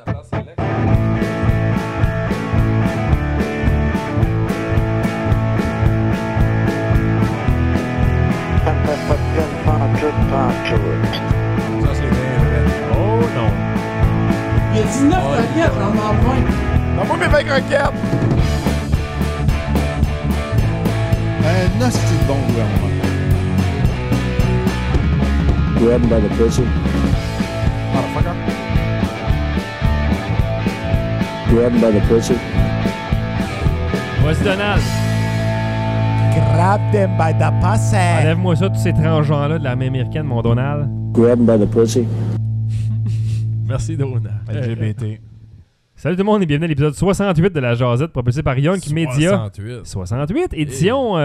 ta place select. Ça, c'est bien. Oh non. Il y a 19 paquets, j'en ai 20. Non, moi, mes vagues roquettes! Non, c'est le bon gouvernement. Grab him by the pussy. Motherfucker. Grab him by the pussy. Vas-y, Donald. Grab them by the pussy. Enlève-moi ça, tous ces transgenres-là de l'armée américaine, mon Donald. Grab him by the pussy. Merci, Donald. LGBT. Salut tout le monde et bienvenue à l'épisode 68 de la Jazette propulsé par Young Media. 68. 68, édition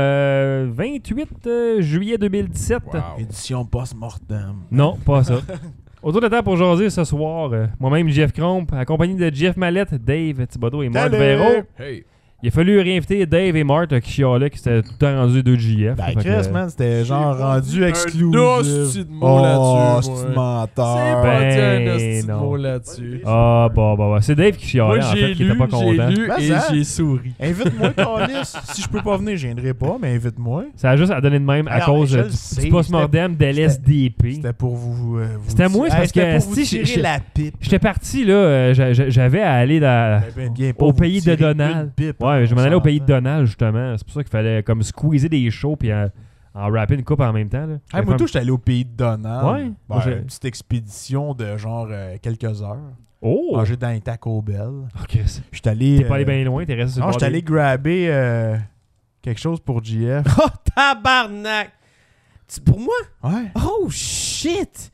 28 juillet 2017. Wow. Édition post-mortem. Non, pas ça. Autour de la table pour jaser ce soir, moi-même Jeff Cromp, accompagné de Jeff Mallette, Dave Thibodeau et Marc Salut! Véro. Hey. Il a fallu réinviter Dave et Marc qui chialaient, qui s'étaient tout le temps rendus 2 JF. Ben, Fait que, Chris, man, c'était genre rendu exclusif. hostie de mot Oh, là-dessus, c'est moi. menteur. C'est Ben, pas dit un hostie de non. mot là-dessus. Ah, bah. C'est Dave qui chialait, Moi, en j'ai fait, qui lu, était pas content. j'ai lu Ben, et ça. j'ai souri. Invite-moi, Carlis. Si je peux pas venir, je viendrai pas, mais invite-moi. Ça a juste à donner de même à Alors, cause je du le sais, du post-mortem de l'SDP. C'était pour vous. C'était moi, c'est parce c'était que pour vous si tirer je- la pipe. J'étais parti, là, j'avais à aller Bien pas au vous pays de tirer Donald. une pipe, Ouais, je on m'en allais au pays de s'entend. Donald, justement. C'est pour ça qu'il fallait comme squeezer des shows puis en rapper une coupe en même temps. Là. Hey, moi, tout, j'étais allé au pays de Donald. Ouais. Ben, Moi, j'ai- une petite expédition de genre quelques heures. Oh! Manger dans un Taco Bell. Ok, J'étais allé. t'es pas allé bien loin, t'es resté sur le Non, bord j'étais des- allé grabber quelque chose pour JF. Oh, tabarnak! Pour moi? Ouais. Oh, shit!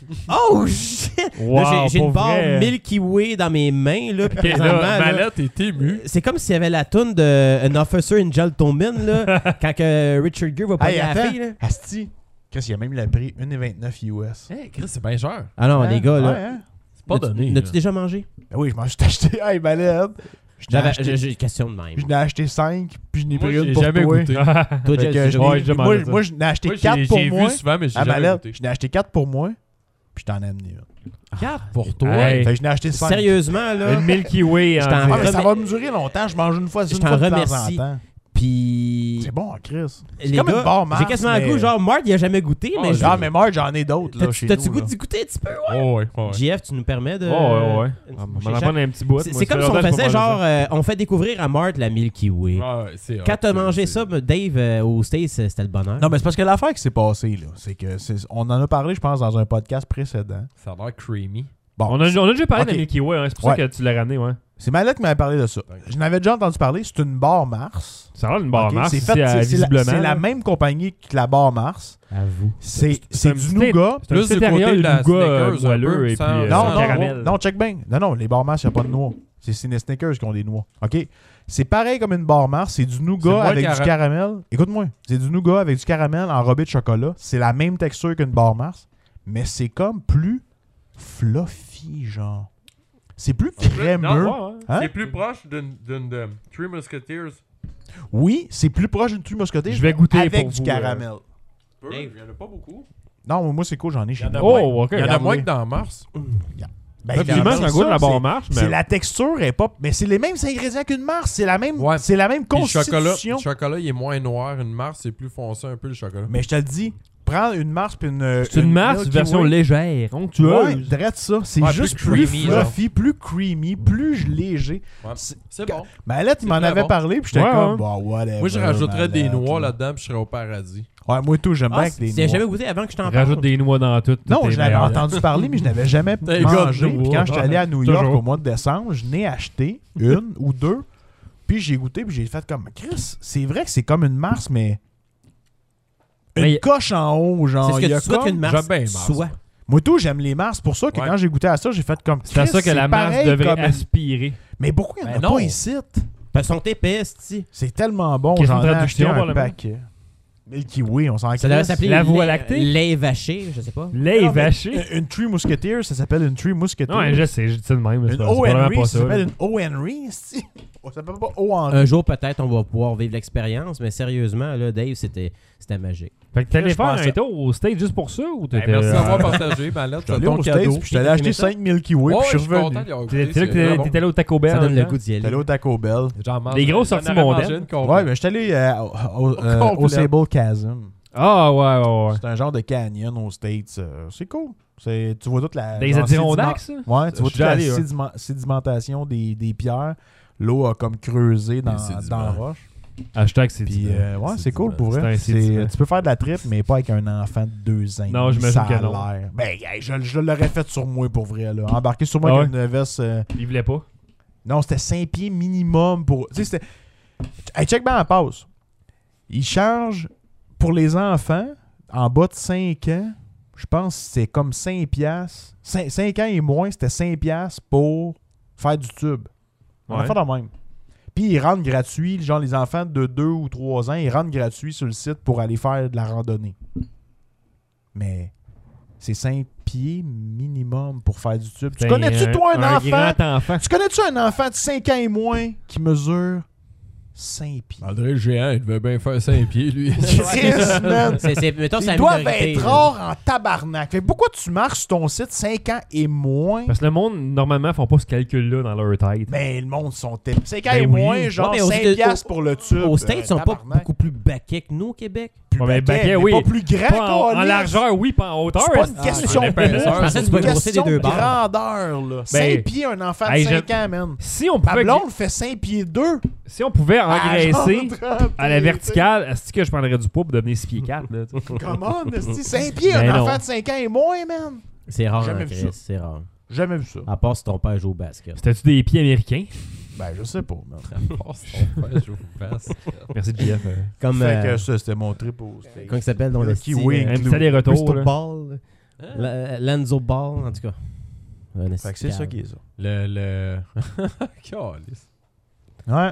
Oh, shit! Wow, Là, j'ai une pour barre vrai. Milky Way dans mes mains, là, puis Ok, présentement, là, là, Mallette est ému. c'est comme s'il y avait la toune de An Officer in Gentleman, là, quand que Richard Gere va pas Hey, à la attends. fille, là. Asti. Chris, il a même le prix 1,29 US. Hey, Chris, c'est bien cher. Ah non, Hein? les gars, là. Ouais, hein? C'est pas donné. N'as-tu là. déjà mangé? Ben oui, je m'en suis acheté. Hey, malade. J'ai une question de même. Je n'ai acheté 5, puis je n'ai Moi, pris j'ai une pour jamais toi. goûté. Toi, Fait Jess, que tu- je Ouais, n'ai- j'ai déjà moi, mangé ça. moi, je n'ai acheté Moi, 4 pour j'ai moi. vu souvent, mais j'ai Ah, jamais malade. goûté. Je n'ai acheté 4 pour moi, puis je t'en ai amené une. 4 pour toi. Hey. Fait que je n'ai acheté 5. Sérieusement, là. Une Milky Way. Je en t'en Ah, direct. mais ça remets- va me durer longtemps. Je mange une fois, Je une t'en fois de temps en remercie. temps. Puis. C'est bon, Chris. Les comme une gars, barre Mars, j'ai quasiment un mais- goût, genre, Mark, il a jamais goûté, Oh, mais j'ai- Ah, mais moi, j'en ai d'autres, là, chez T'as-tu nous, goût là. d'y goûter un petit peu, ouais? Oh, ouais, ouais. JF, tu nous permets de. Ouais. On m'en Chez prend un petit bout. C'est Moi, c'est comme ça si fait on longtemps que faisait j'ai pas mangé genre, on fait découvrir à Marthe la Milky Way. Ouais, c'est Quand hot, t'as mangé ça, Dave, au States, c'était le bonheur. Non, mais c'est parce que l'affaire qui s'est passée, là, c'est que on en a parlé, je pense, dans un podcast précédent. Ça a l'air creamy. Bon, On a déjà parlé de Ok. la Milky Way, hein, c'est pour ça que tu l'as ramené, ouais. c'est Mallette qui m'avait parlé de ça. Je n'avais déjà entendu parler. C'est une barre Mars. Ça a l'air d'une barre Ok? Mars, C'est ici, fait- c'est visiblement. c'est la là. même compagnie que la barre Mars. Avoue. C'est un du petit- nougat. C'est un Plus petit du côté intérieur de de la nougat Snickers, un moelleux peu, et puis sans- sans Non, caramel. non, check bien. Non, les barres Mars, il n'y a pas de noix. C'est les Snickers qui ont des noix. OK? C'est pareil comme une barre Mars. C'est du C'est nougat moins avec du caramel. Écoute-moi. C'est du nougat avec du caramel enrobé de chocolat. C'est la même texture qu'une barre Mars, mais c'est comme plus fluffy, genre. C'est plus crémeux. Non, ouais. Hein? C'est plus proche d'une Three Musketeers. Oui, c'est plus proche d'une Three Musketeers. Je vais goûter avec pour du vous, caramel. Il y en a pas beaucoup. Non, moi, c'est cool, j'en ai chez Il y en nous. a Oh, ok. Il y en a Regarde, moins oui. que dans Mars. Ben, Effectivement, c'est c'est un goût de la ça, barre Mars, C'est mais la texture est pas. Mais c'est les mêmes ingrédients qu'une Mars. C'est la même, Ouais. c'est la même Puis le constitution. chocolat, il est moins noir. Une Mars, c'est plus foncé un peu le chocolat. Mais je te le dis, prends une Mars puis une. c'est une Mars Milky version Way. légère, Ouais, onctueuse. drette ça. C'est Ouais, juste plus plus creamy, fluffy, plus creamy, plus léger. Ouais. C'est- C'est bon. Mallette, il C'est m'en très avait bon. parlé, puis j'étais Ouais, comme, ouais. bah, whatever. Moi, je rajouterais des Mallette, noix là. là-dedans, puis je serais au paradis. Ouais, moi, tout, j'aime bien Ah, avec des tu l'as noix. jamais goûté avant que je t'en parle. Rajoute des noix dans tout. Non, tout est je l'avais meilleur. entendu parler, mais je n'avais jamais T'es mangé. gars de Puis quand noix. j'étais allé à New York Toujours. au mois de décembre, je n'ai acheté une ou deux. Puis j'ai goûté, puis j'ai fait comme, Chris, c'est vrai que c'est comme une Mars, mais une Mais- coche en haut, genre. C'est ce il y que a tu souhaites comme- qu'une Mars J'aime bien Mars. soit. Moi, tout, j'aime les Mars. C'est pour ça que Ouais. quand j'ai goûté à ça, j'ai fait comme. C'est à ça Chris, que la c'est Mars pareil devrait comme une- aspirer. Mais pourquoi il n'y en a Ben non. pas ici? Elles sont épaisses, tu C'est tellement bon, Question j'en de ai acheté traduction, un probablement. paquet. Milky Way, on s'en Ça devrait crisse. s'appeler La voie lait- lactée? lait vaché, je sais pas. Lait Non, mais vaché. Une Three Musketeers, ça s'appelle une Three Musketeers. Non, je sais, je dis ça de même. mais Une c'est O. probablement Henry, pas ça ça. là. s'appelle une O. Henry, c'est-tu? Ça s'appelle pas haut en Un jour, peut-être, on va pouvoir vivre l'expérience, mais sérieusement, là, Dave, c'était magique. Fait que t'allais Je faire pensais- un tour au stage juste pour ça ou t'étais. Merci d'avoir partagé, Mallette. J'étais C'est allé ton aux cadeau. States, puis j'étais allé acheter 5000 kiwis, Oh, puis je suis revenu. content d'y avoir T'es goûté, là que c'est vraiment t'es allé au Taco Bell. Ça donne le hein? goût d'y J'étais allé aller. au Taco Bell. bon. J'en mange- Les grosses j'en sorties aurais mondaines. mangé une complète. Ouais, mais j'étais allé au Complète. Sable Chasm. Ah, ouais. C'est un genre de canyon aux States. C'est cool. Tu vois toute la... Des genre, Adirondacks, ça? Ouais, tu Je vois suis toute la allé, ouais. sédimentation des pierres. L'eau a comme creusé dans la roche. Hashtag c'est Puis, ouais, c'est cool pour C'est vrai. un sédiment. Tu peux faire de la trip, mais pas avec un enfant de 2 ans. Non, j'imagine Ça a que non. l'air. Ben, hey, je l'aurais fait sur moi pour vrai. Là. Embarquer sur moi Ah avec une veste. Il voulait pas. Non, c'était 5 pieds minimum pour. Tu sais, c'était. Hey, check bien la pause. Ils chargent pour les enfants en bas de 5 ans. Je pense que c'est comme 5 piastres. 5 ans et moins, c'était 5 piastres pour faire du tube. On va Ouais. faire de même. Puis ils rentrent gratuits, genre les enfants de 2 ou 3 ans, ils rentrent gratuits sur le site pour aller faire de la randonnée. Mais c'est 5 pieds minimum pour faire du tube. Tu Ben, connais-tu, toi, un enfant? grand enfant. Tu connais-tu un enfant de 5 ans et moins qui mesure 5 pieds? André le géant, il devait bien faire 5 pieds, lui. Chris, man! Mettons, c'est Ils la doivent minorité, être là. rares en tabarnak. Fait que pourquoi tu marches sur ton site 5 ans et moins? Parce que le monde, normalement, font pas ce calcul-là dans leur tête. Ben, le monde sont 5 ans Ben et oui. moins, genre Ouais, mais aux 5 États- piastres pour le tube. Aux States, ils sont pas tabarnak. beaucoup plus baquets que nous au Québec. Plus Ouais, mais baquet, baquet, mais oui. pas plus grand, Pas en câlisse. largeur, oui, pas en hauteur. C'est pas est-ce une que- question en de épaisseur. grandeur, Je pensais que tu pouvais c'est une grosser des question deux de barres. grandeur, là. Ben, 5 pieds, un enfant de hey, 5 ans, man. Si on Ta pouvait, blonde fait 5 pieds 2. si on pouvait engraisser à la verticale. verticale, est-ce que je prendrais du poids pour devenir 6 pieds 4? Là, tu sais? Come on, esti, 5 pieds, Ben un non. enfant de 5 ans et moins, man. C'est rare, Jamais hein, vu Chris, ça. c'est rare. Jamais vu ça. À part si ton père joue au basket. C'était-tu des pieds américains? Ben, je sais pas, man. Merci, JF. Comme, Fait que ça, c'était mon trip au States. comment il s'appelle dans le Lucky style, Wing. Un petit aller-retour. Crystal là. Ball. Lanzo Ball, en tout cas. Un Fait que c'est ça qui est ça. Le. Calice. Ouais.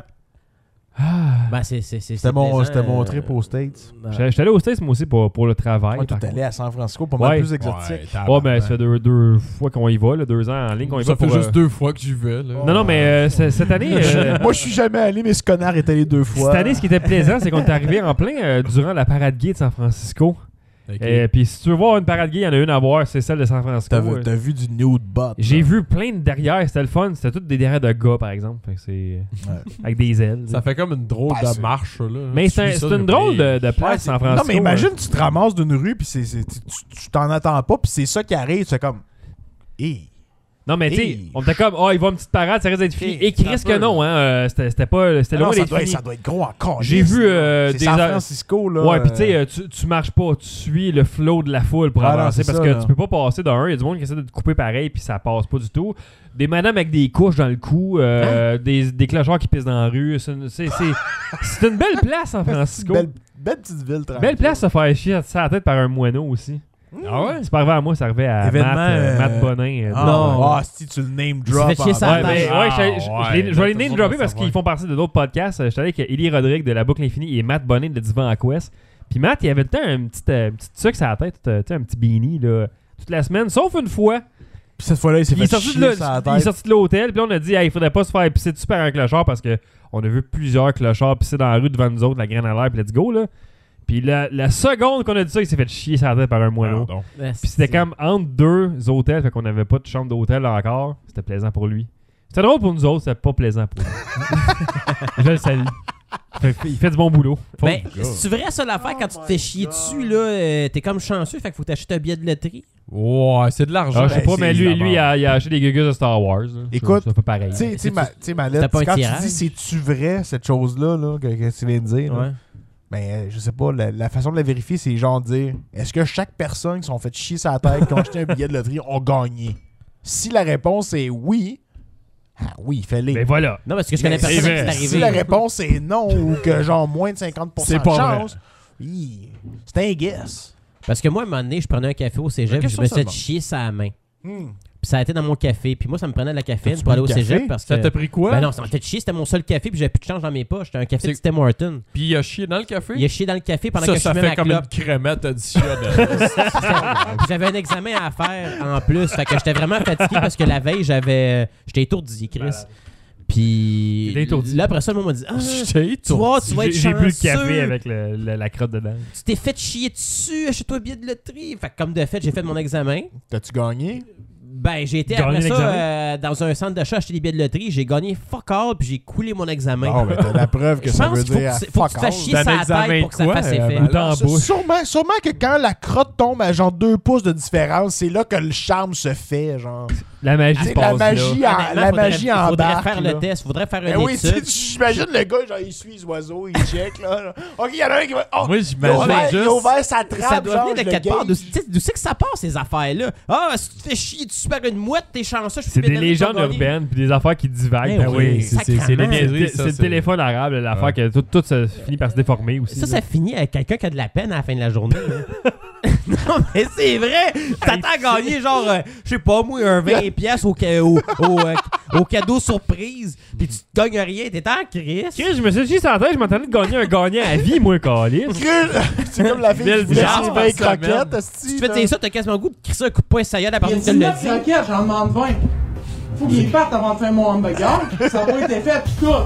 Ben, c'est C'était mon trip aux States. J'étais allé aux States, moi aussi, pour le travail. Ouais, par tout contre. allé à San Francisco, pas mal Ouais. plus exotique. Ouais, ben, ça fait deux fois qu'on y va, là, 2 ans en ligne qu'on y Ça va fait pour... juste 2 fois que j'y vais, là. Non, mais cette année... Moi, je suis jamais allé, mais ce connard est allé 2 fois. Cette année, ce qui était plaisant, c'est qu'on est arrivé en plein durant la parade gay de San Francisco. Ok. Puis si tu veux voir une parade gay, il y en a une à voir, c'est celle de San Francisco. T'as vu du nude bot. J'ai là. vu plein de derrière, c'était le fun. C'était toutes des derrière de gars, par exemple. Fait que c'est avec des ailes. Ça fait comme une drôle Ouais, de marche, là. Mais Tu c'est suis ça une de drôle près. de place, San Francisco. Non, mais imagine, tu te ramasses d'une rue, puis tu t'en attends pas, puis c'est ça qui arrive. Tu fais comme. Hey. Non, mais tu sais, Hey. on était comme, il va une petite parade, ça risque d'être fini. Hey, Et Chris ça que peut. non, hein. C'était pas. C'était Non, loin ça, d'être fini. ça doit être gros encore. J'ai vu c'est des San Francisco, là. Ouais, puis tu sais, tu marches pas, tu suis le flow de la foule pour Ah non, avancer c'est parce ça, que là. tu peux pas passer d'un. Il y a du monde qui essaie de te couper pareil, puis ça passe pas du tout. Des madames avec des couches dans le cou, des clochards qui pissent dans la rue. C'est une belle place, San Francisco. Belle petite ville, tranquille. Belle place à faire chier à la tête par un moineau aussi. Ah ouais? C'est pas arrivé à moi, ça arrivait à Événement, Matt Bonin. Ah, si tu le name drop. fait chier en sa bas. tête. Je vais les name dropper parce qu'ils font partie de d'autres podcasts. J'étais avec Élie Rodrigue de La Boucle Infinie et Matt Bonin de Divan à Quest. Puis Matt, il avait tout le temps un petit sucre à la tête, tu sais, un petit beanie là, toute la semaine, sauf une fois. Puis cette fois-là, il s'est Puis il est fait sorti chier de sur la il est tête. sorti de l'hôtel, puis là, on a dit, il faudrait pas se faire pisser dessus par un clochard parce que on a vu plusieurs clochards pisser dans la rue devant nous autres, la graine à l'air, puis let's go, là. Puis la seconde qu'on a dit ça, il s'est fait chier sur la tête par un moineau. Puis c'était comme entre 2 hôtels, fait qu'on avait pas de chambre d'hôtel encore. C'était plaisant pour lui. C'était drôle pour nous autres, c'était pas plaisant pour lui. Je le salue. Il fait du bon boulot. Ben, c'est vrai ça l'affaire quand tu te fais chier dessus, là, t'es comme chanceux, fait qu'il faut t'acheter un billet de loterie. Ouais, c'est de l'argent. Ah, je sais pas, mais c'est lui il a acheté des gugus de Star Wars. Là. Écoute, c'est pas pareil. Tu sais, C'était Mallette, pas un quand tu tirage? dis c'est-tu vrai, cette chose-là, là, que tu viens de dire, là, Ouais. ben, je sais pas, la façon de la vérifier, c'est genre de dire est-ce que chaque personne qui s'en fait chier sa tête, qui ont acheté un billet de loterie, ont gagné? Si la réponse est oui, oui, fais-les. Ben voilà. Non, parce que je connais C'est personne qui vrai. c'est arrivé. Si la réponse est non ou que genre moins de 50% C'est de pas chance, c'est un guess. Parce que moi, à un moment donné, je prenais un café au cégep, Mais puis je me suis fait question chier sa main. Hmm. Puis ça a été dans mon café. Puis moi, ça me prenait de la caféine T'as-tu pour aller au pris le cégep café? parce que. Ça t'a pris quoi? Ben non, ça m'a fait chier. C'était mon seul café, puis j'avais plus de change dans mes poches. C'était un café de C'est- Tim Hortons. Puis il a chié dans le café? Il a chié dans le café pendant ça, que je ça fumais fait ma comme clope. une crémette additionnelle. Puis j'avais un examen à faire en plus. Fait que j'étais vraiment fatigué parce que la veille, j'étais étourdi, Chris. Puis Puis T'es étourdi. là, après ça, le monde m'a dit J'étais tu vas être J'ai bu le café chanceux. avec la crotte dedans. Tu t'es fait chier dessus, achète-toi un billet de loterie. Fait que comme de fait, j'ai fait mon examen. T'as-tu gagné? Ben, j'ai été Gagné après ça l'examen? dans un centre d'achat acheter des billets de loterie. J'ai gagné fuck all, puis j'ai coulé mon examen. Bon, ben t'as la preuve que Je ça pense veut qu'il faut dire que tu te fasses chier D'un sa examen tête pour de que ça quoi, fasse effet. Ou en bouche. Sûrement que quand la crotte tombe à genre 2 pouces de différence, c'est là que le charme se fait, genre. La magie se C'est passe la là. magie, Honnêtement, faudrait embarque. faire là. le test, faudrait faire Ben une oui, étude. j'imagine le gars, genre, il suit les oiseaux, il check, là. genre. OK, il y en a un qui va... Oh, Moi, il a j'imagine ouvert sa Ça trappe, doit genre, venir de je le quelque part. gage. D'où c'est que ça part, ces affaires-là? Ah, si tu te fais chier dessus par une mouette, t'es chanceux. C'est des légendes urbaines puis des affaires qui divaguent. Ben oui, c'est sacrément. des niaiseries, C'est le téléphone arabe, l'affaire Ouais. que tout se finit par se déformer aussi. Ça finit avec quelqu'un qui a de la peine à la fin de la journée. là. Non, mais c'est vrai! T'attends à gagner, genre, je sais pas, moi, un 20$ au cadeau surprise, pis tu te gagnes rien, t'es en crise. Chris, je me suis dit, sans tête, je m'attendais de gagner un gagnant à vie, moi, Calis. C'est comme la fille qui voulait genre, ses 20 ça croquettes, mène. esti, Tu fais là. dire ça, t'as quasiment le goût de crisser un coup de poing sa gueule à la Il y a personne qui te l'a 19 dit. croquettes, j'en demande 20. Faut qu'il parte avant de faire mon hamburger. Ça n'a pas été fait, pis tout.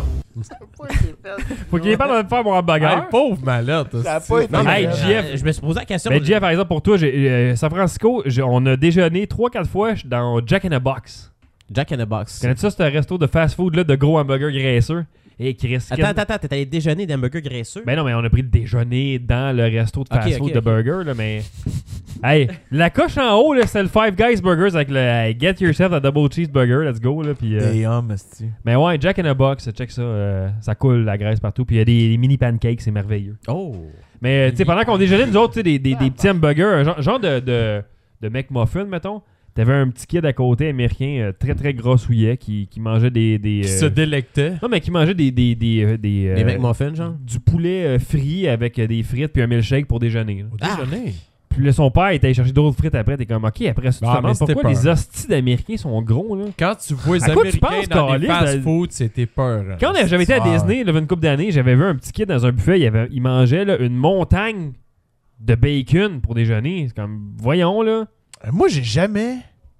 Faut qu'il parle de faire mon hamburger. Hey, pauvre mallette. Ça a hostie. pas été Non, mais Hey, Jeff. je me suis posé la question. Ben, Jeff, par exemple, pour toi, San Francisco, on a déjeuné 3-4 fois dans Jack in a Box. Jack in a Box. Connais-tu ça, c'est un resto de fast-food là, de gros hamburgers graisseux? Et Chris, Attends, t'es allé déjeuner d'hamburger graisseux? Ben non, mais on a pris le déjeuner dans le resto de Ok, fast-food ok, de ok. burger, là, mais... Hey, la coche en haut, là, c'est le Five Guys Burgers avec le hey, Get Yourself a Double Cheeseburger, let's go, là, puis... Des hommes, esti. Mais ouais, Jack in a Box, check ça, ça coule la graisse partout, puis il y a des mini pancakes, c'est merveilleux. Oh! Mais, tu sais, pendant qu'on déjeunait, nous autres, tu sais, des petits hamburgers, genre de McMuffin, mettons, t'avais un petit kid à côté américain très très grossouillet qui mangeait des Qui se délectait. non mais qui mangeait des Les McMuffins, genre? du poulet frit avec des frites puis un milkshake pour déjeuner. Là. Au déjeuner. Puis là, son père était allé chercher d'autres frites après. T'es comme, OK, après ça, tu te Ah, mais demandes c'était pourquoi peur. les hosties d'Américains sont gros, là. Quand tu vois les À quoi tu Américains penses, dans les Carlis, fast-food, c'était peur. Quand j'avais été à Disney, il y avait une couple d'années, j'avais vu un petit kid dans un buffet, il mangeait là, une montagne de bacon pour déjeuner. C'est comme, voyons, là. Moi, j'ai jamais...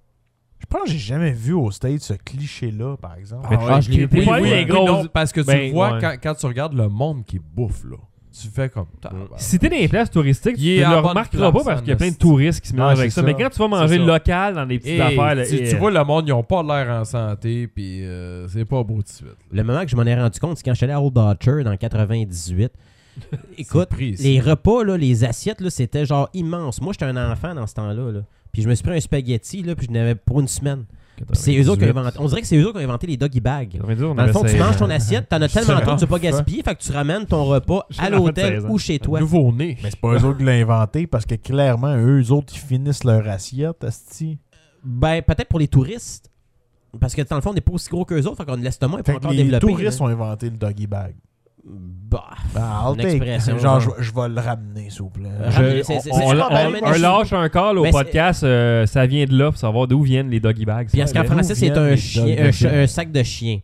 Je pense que j'ai jamais vu au States ce cliché-là, par exemple. Mais je l'ai vu. t'es pas allé Oui, dans les grosses- non, parce que Ben, tu vois, ouais. quand tu regardes le monde qui bouffe, là, tu fais comme... Si t'es dans les places touristiques, Il est tu ne à le bonne remarqueras place, pas parce qu'il y a en plein de esti. touristes qui se mélangent Ouais, avec c'est ça. Mais ça. quand tu vas manger C'est ça. local dans des petites Et affaires, là, tu vois, le monde, ils ont pas l'air en santé, puis c'est pas beau tout de suite. Le moment que je m'en ai rendu compte, c'est quand je suis allé à Old Dutcher dans 98. Écoute, pris, ça. les repas, là, les assiettes, là, c'était genre immense. Moi, j'étais un enfant dans ce temps-là. Là. Puis je me suis pris un spaghetti, là, puis je n'avais pour une semaine. Puis c'est eux autres qui ont inventé. On dirait que c'est eux autres qui ont inventé les doggy bags. Dans le fond, tu manges ton assiette, t'en as tellement trop que tu peux pas gaspiller, fait que tu ramènes ton repas à l'hôtel ou chez toi. Nouveau-né. Mais c'est pas eux autres qui l'ont inventé parce que clairement, eux autres, ils finissent leur assiette, asti. Ben, peut-être pour les touristes. Parce que dans le fond, on n'est pas aussi gros qu'eux autres, fait qu'on l'estomac, il faut Fait que encore les développer. touristes là. ont inventé le doggy bag. Bah. Ah, I'll Une take. expression, Genre, genre. je vais le ramener, s'il vous plaît. On lâche un call au Mais podcast, ça vient de là pour savoir d'où viennent les doggy bags. Puis parce qu'en Ouais. français, c'est viennent un les chien, doggy un sac de chien.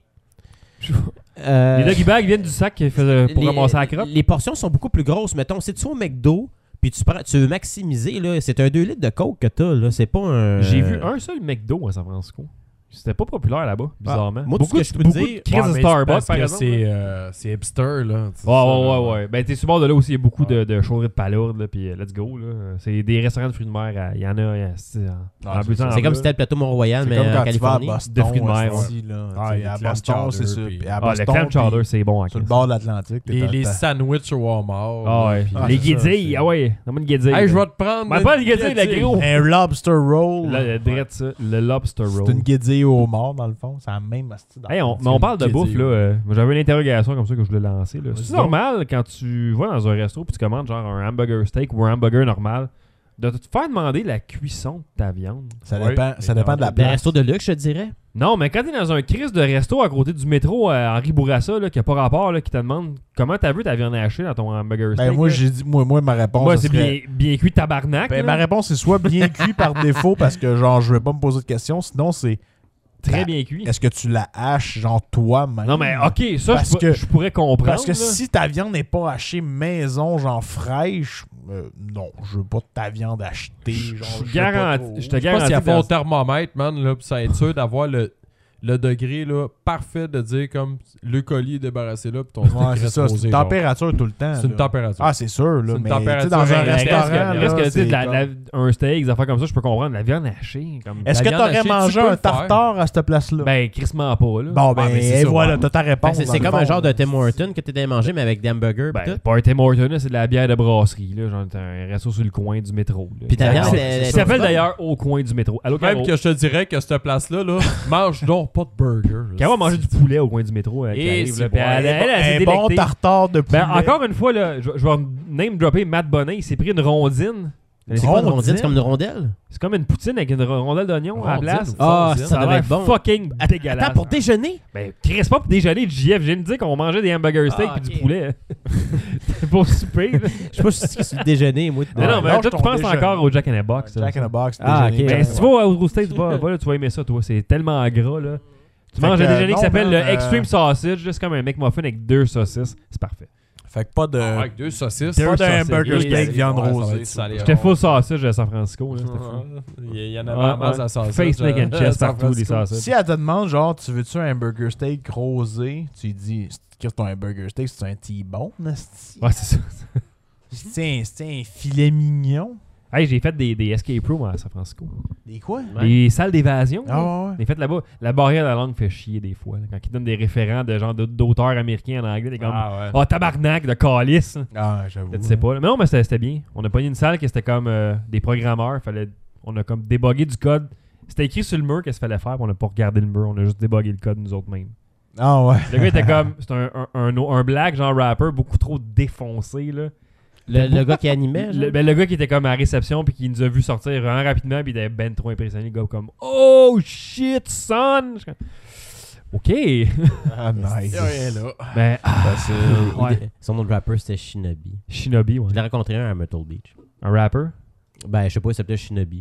Les doggy bags viennent du sac qu'il faisait pour ramasser la crotte. Les portions sont beaucoup plus grosses. Mettons, si tu vas au McDo, puis tu veux maximiser, là, c'est un 2 litres de coke que t'as. Là. C'est pas un... J'ai vu un seul McDo à San Francisco. C'était pas populaire là-bas, bizarrement. moi, tout ce que je peux te dire- Chris de Starbucks, par exemple. C'est hipster, là. Ouais. Ben, t'es sur le bord de là aussi, il y a beaucoup de chauderies de palourdes, là, puis let's go, là. C'est des restaurants de fruits de mer, il y en a, en plus C'est comme si c'était le plateau Mont-Royal, C'est mais comme en quand tu vas à Californie. Boston, de fruits de mer, asti, là. Ah, T'sais, il y a à clam Boston, chowder, c'est ça. puis- Puis à le Boston, clam chowder, puis c'est bon. sur le bord de l'Atlantique. Les sandwichs au Walmart. Ah ouais. puis- Les c'est ça, guédilles, c'est- ah ouais. Donne-moi une guédille. Hey, je là. vais te prendre. Ben, pas les guédilles, la gros. Un lobster roll. Là, drette ça, le lobster roll. C'est une guédille au mort, dans le fond. C'est la même asti. Hey, mais on parle de bouffe, là. Moi, j'avais une interrogation comme ça que je voulais lancer. Là. C'est donc. normal quand tu vas dans un resto et tu commandes genre un hamburger steak ou un hamburger normal de te faire demander la cuisson de ta viande? Ça Ouais, dépend, ça mais dépend de la Des place. restos de luxe, je te dirais. Non, mais quand t'es dans un crise de resto à côté du métro Henri Bourassa, là, qui a pas rapport, là, qui te demande comment t'as vu ta viande hachée dans ton hamburger steak. Ben, moi, là. j'ai dit, moi, ma réponse. Moi, ça c'est serait- bien cuit tabarnak. Ben, là. ma réponse, c'est soit bien cuit par défaut parce que, genre, je vais pas me poser de questions. Sinon, c'est Très Ben, bien cuit. est-ce que tu la haches, genre, toi-même? Non, mais ok, ça, Parce je que- pourrais comprendre. Parce que là. si ta viande n'est pas hachée maison, genre fraîche, non, je veux pas ta viande achetée. Genre, Je te garantis Je sais pas s'il y a que pas dans- au thermomètre, man, là, pis ça va être sûr d'avoir le le degré là, parfait de dire comme le colis est débarrassé là, puis ton Ouais, c'est ça. C'est une température tout le temps. C'est une température. Ah, c'est sûr. Là, C'est une mais température dans un réelle. restaurant, Reste que, là, tu sais, comme- un steak, des affaires comme ça, je peux comprendre. La viande hachée. Comme... Est-ce que t'aurais mangé un tartare à cette place-là? Ben, crissement pas, là. Bon, ben, Ah, mais c'est et ça, voilà, ouais. t'as ta réponse. C'est dans le comme fond, un genre de là. Tim Hortons que t'étais mangé, mais avec des hamburgers. pis Ben, tout. pas un Tim Hortons, là, c'est de la bière de brasserie, là. Genre, t'as un resto sur le coin du métro. Là. Puis ta viande, Ça s'appelle d'ailleurs au coin du métro. Allô, Même Caro? que je te dirais que cette place-là, là, mange donc pas de burger. Caro a mangé du poulet au coin du métro. Qui Et arrive, c'est là, puis bon. elle s'est Un bon délectée. tartare de poulet. Ben, encore une fois, là, je vais name dropper Matt Bonnet. Il s'est pris une rondine. C'est quoi une rondine? C'est comme une rondelle? C'est comme une poutine avec une rondelle d'oignon à la place. Ah, Ça ça a devait l'air être bon. fucking dégueulasse. Attends, pour déjeuner? Ben, Chris, pas pour déjeuner du JF. Je viens de dire qu'on mangeait des hamburger steak et ok. du poulet. Pour souper. là. Je sais pas si c'est sur le déjeuner, moi. Non, non, mais lâche toi, ton tu penses déjeuner. encore au Jack in the Box. Jack in the Box. Ah, déjeuner. ok. Ben, si tu vas au steak, va là, tu vas aimer ça, toi. C'est tellement gras, là. Tu Fait manges que, un déjeuner qui non, s'appelle man, le Extreme Sausage. C'est comme un McMuffin avec 2 saucisses. C'est parfait. Fait que pas de. Avec 2 saucisses. Pas Deux d'un saucisses. burger Il- steak viande Ouais, ça va rosée. être salé. J'étais full sausage à San Francisco. Là, c'était fou. Il y en avait Ouais, en masse ouais. à sausage. Face, neck and chest partout, des sausages. Si elle te demande, genre, tu veux-tu un burger steak rosé, tu lui dis, qu'est-ce que c'est un burger steak? C'est un T-bone, esti? Ouais, c'est ça. C'est un filet mignon. Hey, j'ai fait des escape rooms à San Francisco. Des quoi? Des salles d'évasion. là. Ah ouais. J'ai fait là-bas. La barrière de la langue fait chier des fois. là, quand ils donnent des référents de genre d'auteurs américains en anglais, t'es comme Ah ouais. tabarnak de calice. Ah, j'avoue. Tu sais pas. là. Mais non, mais c'était bien. On a pogné une salle qui était comme des programmeurs. On a comme débogué du code. C'était écrit sur le mur qu'est-ce qu'il fallait faire. Puis on n'a pas regardé le mur. On a juste débogué le code nous autres mêmes. Ah ouais. Le gars était comme. C'était un black genre rapper beaucoup trop défoncé. Là. Le gars qui animait, genre? Le gars qui était comme à la réception puis qui nous a vu sortir vraiment rapidement puis il était ben trop impressionné. Le gars comme oh shit son. Je suis comme, ok. Ah, nice. là. Ben ouais. Son nom de rapper, c'était Shinobi. Shinobi, ouais. Je l'ai rencontré un à Myrtle Beach. Un rapper. Ben, je sais pas, il s'appelait Shinobi.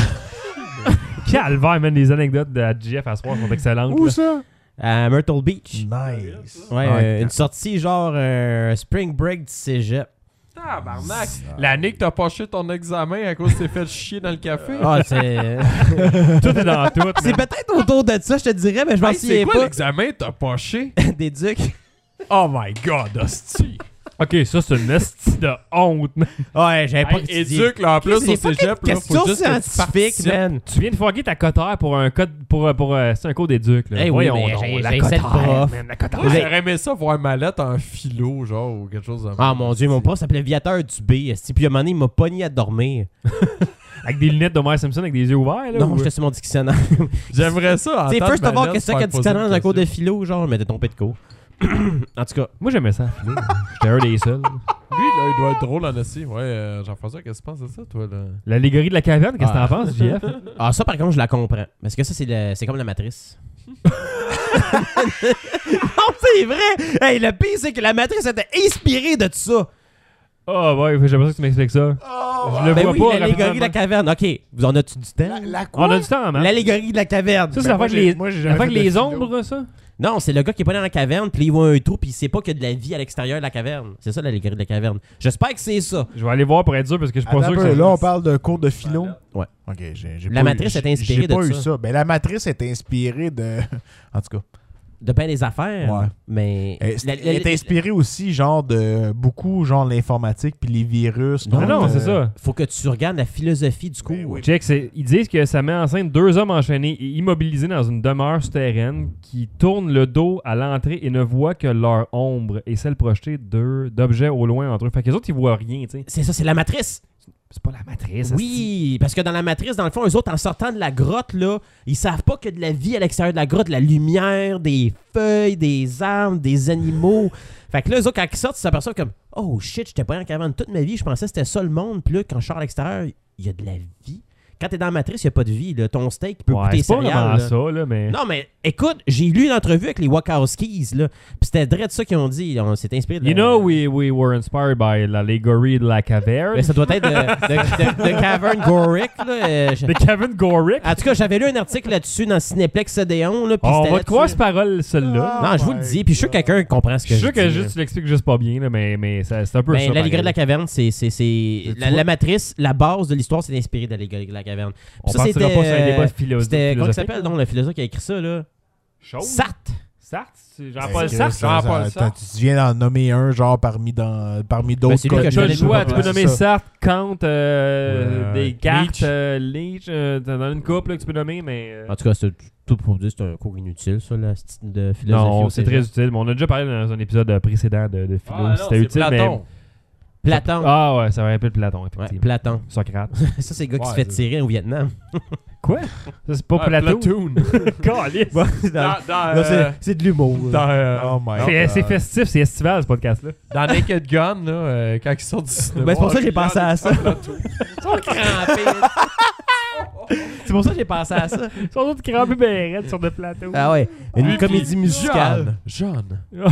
Calvaire, man, les anecdotes de GF à soir sont excellentes. Où là. ça? À Myrtle Beach. Nice. Ouais, une sortie genre spring break du cégep. Tabarnak. L'année que t'as pas chié ton examen à cause que t'es fait chier dans le café. Ah, c'est. Tout est dans tout. C'est man. peut-être autour de ça, je te dirais, mais je m'en Hey, c'est souviens quoi pas. l'examen t'as pas chié? Des ducs. Oh my god, hostie. Ok, ça c'est une esti de honte, man. Ouais, j'avais pas Et étudié. Duc, là, en plus, au C'est pas cégep, là, question faut juste que tu scientifique, participes. man. Tu viens de fucker ta cotère pour un code pour c'est un cours d'éduc là. Eh oui, Voyons mais donc, j'ai la 7 cotère, profs. man, la cotère. Moi, j'aurais aimé ça voir ma lettre en philo, genre, ou quelque chose de Ah mon dieu, mon prof s'appelait Viateur Dubé. esti, Puis à un moment donné, il m'a pogné à dormir. Avec des lunettes d'Homer Simpson avec des yeux ouverts là. Non, ou- j'étais sur mon dictionnaire. J'aimerais ça. C'est first of all, qu'est-ce que c'est qu'un qu'un dictionnaire dans un cours de philo, genre, mais t'es tombé de cours. En tout cas, Moi j'aimais ça. philo. J'étais un des seuls. Lui, là, il doit être drôle en esti. Ouais, Jean-François, qu'est-ce que tu penses de ça, toi, là? L'allégorie de la caverne, qu'est-ce que t'en penses, JF? ah ça par contre, je la comprends. Parce que ça, c'est comme la matrice. Non, c'est vrai! Hey, le pire, c'est que la matrice était inspirée de tout ça. Oh ouais, j'aimerais ça que tu m'expliques ça. Je le Ben vois oui, pas. l'allégorie de la rapidement. caverne. Ok, vous en as-tu du temps? La quoi? On a du temps, man. L'allégorie de la caverne. Ça, c'est Ben, l'affaire moi, avec les, moi, j'ai l'affaire jamais avec fait de les philo. ombres, ça? Non, c'est le gars qui est pas dans la caverne, puis il voit un trou, puis il sait pas qu'il y a de la vie à l'extérieur de la caverne. C'est ça l'allégorie de la caverne. J'espère que c'est ça. Je vais aller voir pour être sûr parce que je suis pas Attends sûr un que peu, ça. là, on parle de cours de philo. Ouais. Ok, j'ai La pas matrice eu- est inspirée j'ai de pas eu ça. ça. Ben, la matrice est inspirée de. En tout cas. De bien des affaires. Ouais. Mais. Elle est inspirée aussi, genre, de beaucoup, genre, l'informatique puis les virus. Non, Non, non, c'est ça. Faut que tu regardes la philosophie du cours. Ben oui. Check, ils disent que ça met enceinte 2 hommes enchaînés et immobilisés dans une demeure souterraine qui tournent le dos à l'entrée et ne voient que leur ombre et celle projetée d'objets au loin entre eux. Fait que les autres, ils voient rien, tu sais. C'est ça, c'est la matrice. C'est pas la matrice. Oui, parce que dans la matrice, dans le fond, eux autres, en sortant de la grotte, là, ils savent pas que de la vie à l'extérieur de la grotte, la lumière, des feuilles, des arbres, des animaux. Fait que là, eux autres, quand ils sortent, ils s'aperçoivent comme « Oh shit, j'étais pas en caverne toute ma vie, je pensais que c'était ça le monde. » Puis là, quand je sors à l'extérieur, il y a de la vie. Quand t'es dans la matrice, il n'y a pas de vie. Là. Ton steak peut Ouais, goûter c'est pas céréales. vraiment là. ça, là, mais... Non, mais écoute, j'ai lu une entrevue avec les Wachowskis, là. Puis c'était vrai de ça qu'ils ont dit. On s'est inspiré de You know, we were inspired by l'allégorie de la caverne. Mais ça doit être de Cavern Gorick, là. De Kevin Gorick. En tout cas, j'avais lu un article là-dessus dans Cinéplex Odéon, là. Puis On c'était va te croire là-dessus. cette parole, celle-là. Non, je vous le dis. Puis je suis sûr que quelqu'un comprend ce Je que suis je sûr que dis, juste, tu l'expliques juste pas bien, là, mais c'est un peu Ben, ça. l'allégorie de la pareil. caverne, c'est vois? la matrice, la base de l'histoire, c'est inspiré de l'allégorie de la caverne. Puis On ça, partira pas sur un débat philosophique. c'était comment il s'appelle, donc, le philosophe qui a écrit ça, là? Chaude. Sartre. Sartre? Jean-Paul Sartre? Jean-Paul Sartre. Tu viens d'en nommer un, genre, parmi d'autres. c'est lui que Tu as le choix, tu peux nommer ça. Sartre, Kant, des cartes, Leech. T'en as une couple là, que tu peux nommer, mais... En tout cas, c'est tout pour dire c'est un cours inutile, ça, la style de philosophie. Non, au c'est cégep. très utile. Mais on a déjà parlé dans un épisode précédent de philo. Ah, non, C'était utile, Platon. Platon. Ah ouais, ça va rappeler Platon, Ouais, effectivement. Platon. Socrate. Ça, c'est le gars qui Ouais, se fait c'est- tirer au Vietnam. Quoi? Ça, c'est pas Platon? Platoon. Calice. Bon, Dans, c'est de l'humour. Oh my God. C'est festif, c'est estival, ce podcast-là. dans Naked Gun, là, quand ils sortent du cinéma. Ben, c'est pour ça que j'ai pensé à ça. Plateau. Ils sont crampés. C'est pour ça que j'ai pensé à ça. Ils sont tous crampés ben raides sur des plateaux. Ah ouais, une Lui, comédie puis musicale. John.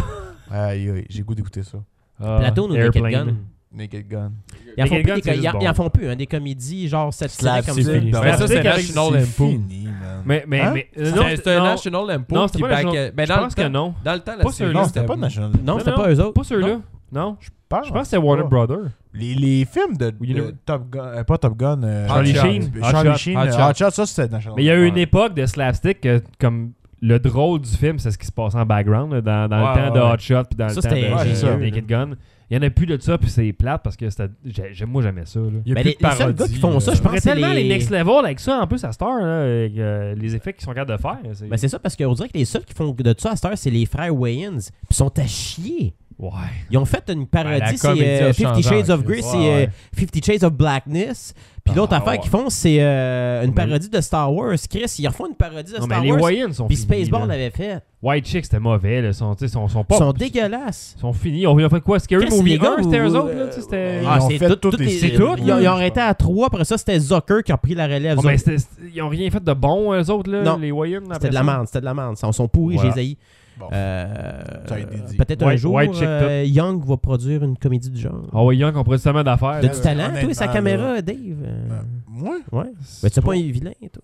Aïe, aïe, j'ai goût d'écouter ça. Platon ou Naked Gun? Naked Gun. Ils en font Naked plus Gun, des c'est juste ils en bon. font plus, hein, des comédies genre satiriques comme c'est ça. fini. Mais ça, c'est avec- National Lampoon. fini, man. Mais Hein? C'était non, National Lampoon non, c'était qui pas back. National- Ben, je pense que non. Dans le temps, Pas la série, celui-là, Non, c'était pas National. Non, c'était pas eux autres. Pas ceux-là. Non. Je pense. Je pense que c'était Warner Brothers. Les films de Top Gun, pas Top Gun. Charlie Hot Sheen. Shot. Charlie Hot Sheen. Hot Shot. Hot Shot, ça c'était National. Mais il y a eu une époque de slapstick comme le drôle du film, c'est ce qui se passe en background là, dans le temps de ouais. Hot Shot puis dans Ça, le temps c'était de génial. Naked Gun. Il y en a plus de ça puis c'est plate parce que moi j'aimais ça. Là. Il y a Ben, plus les de seuls gars qui parodie, font ça, je Je pense que c'est tellement les les... next level avec ça en plus à Star là, avec les effets qu'ils sont capables de faire. Ben, c'est ça, parce qu'on dirait que les seuls qui font de ça à cette heure, c'est les frères Wayans. Puis ils sont à chier. Ouais. Ils ont fait une Ben, la parodie, comédie c'est a 50 changé Shades en of Grey, Christ. c'est Ouais. 50 Shades of Blackness. Puis l'autre affaire ouais. qu'ils font, c'est une parodie de Star Wars. Chris, ils refont une parodie de Non, Star mais les Wars. Wayans sont Puis finis. Spaceball là. l'avait fait. White Chicks c'était mauvais. Là. Ils sont Ils sont dégueulasses. Ils sont finis. Ils ont fait quoi? Scary Chris, Movie les gars, 1, c'était eux ou- autres. Là, tu sais, c'était... Ils ont fait toutes les C'est séries. tout, Ils ont arrêté à 3, après ça, c'était Zucker qui a pris la relève. Oh, mais ils ont rien fait de bon, eux autres, là, Non. les Wayans. après C'était de la ça. merde, c'était de la merde. Ils sont pourris, Voilà. j'ai haï. Bon. Ça a été dit. Peut-être un White- jour, White Chick Young va produire une comédie du genre. Ah ouais, Young, on pourrait tellement d'affaires. T'as là. du talent, toi, honnêtement, sa là. caméra, Dave. Moi? Ouais. Mais tu sais pas un vilain, toi.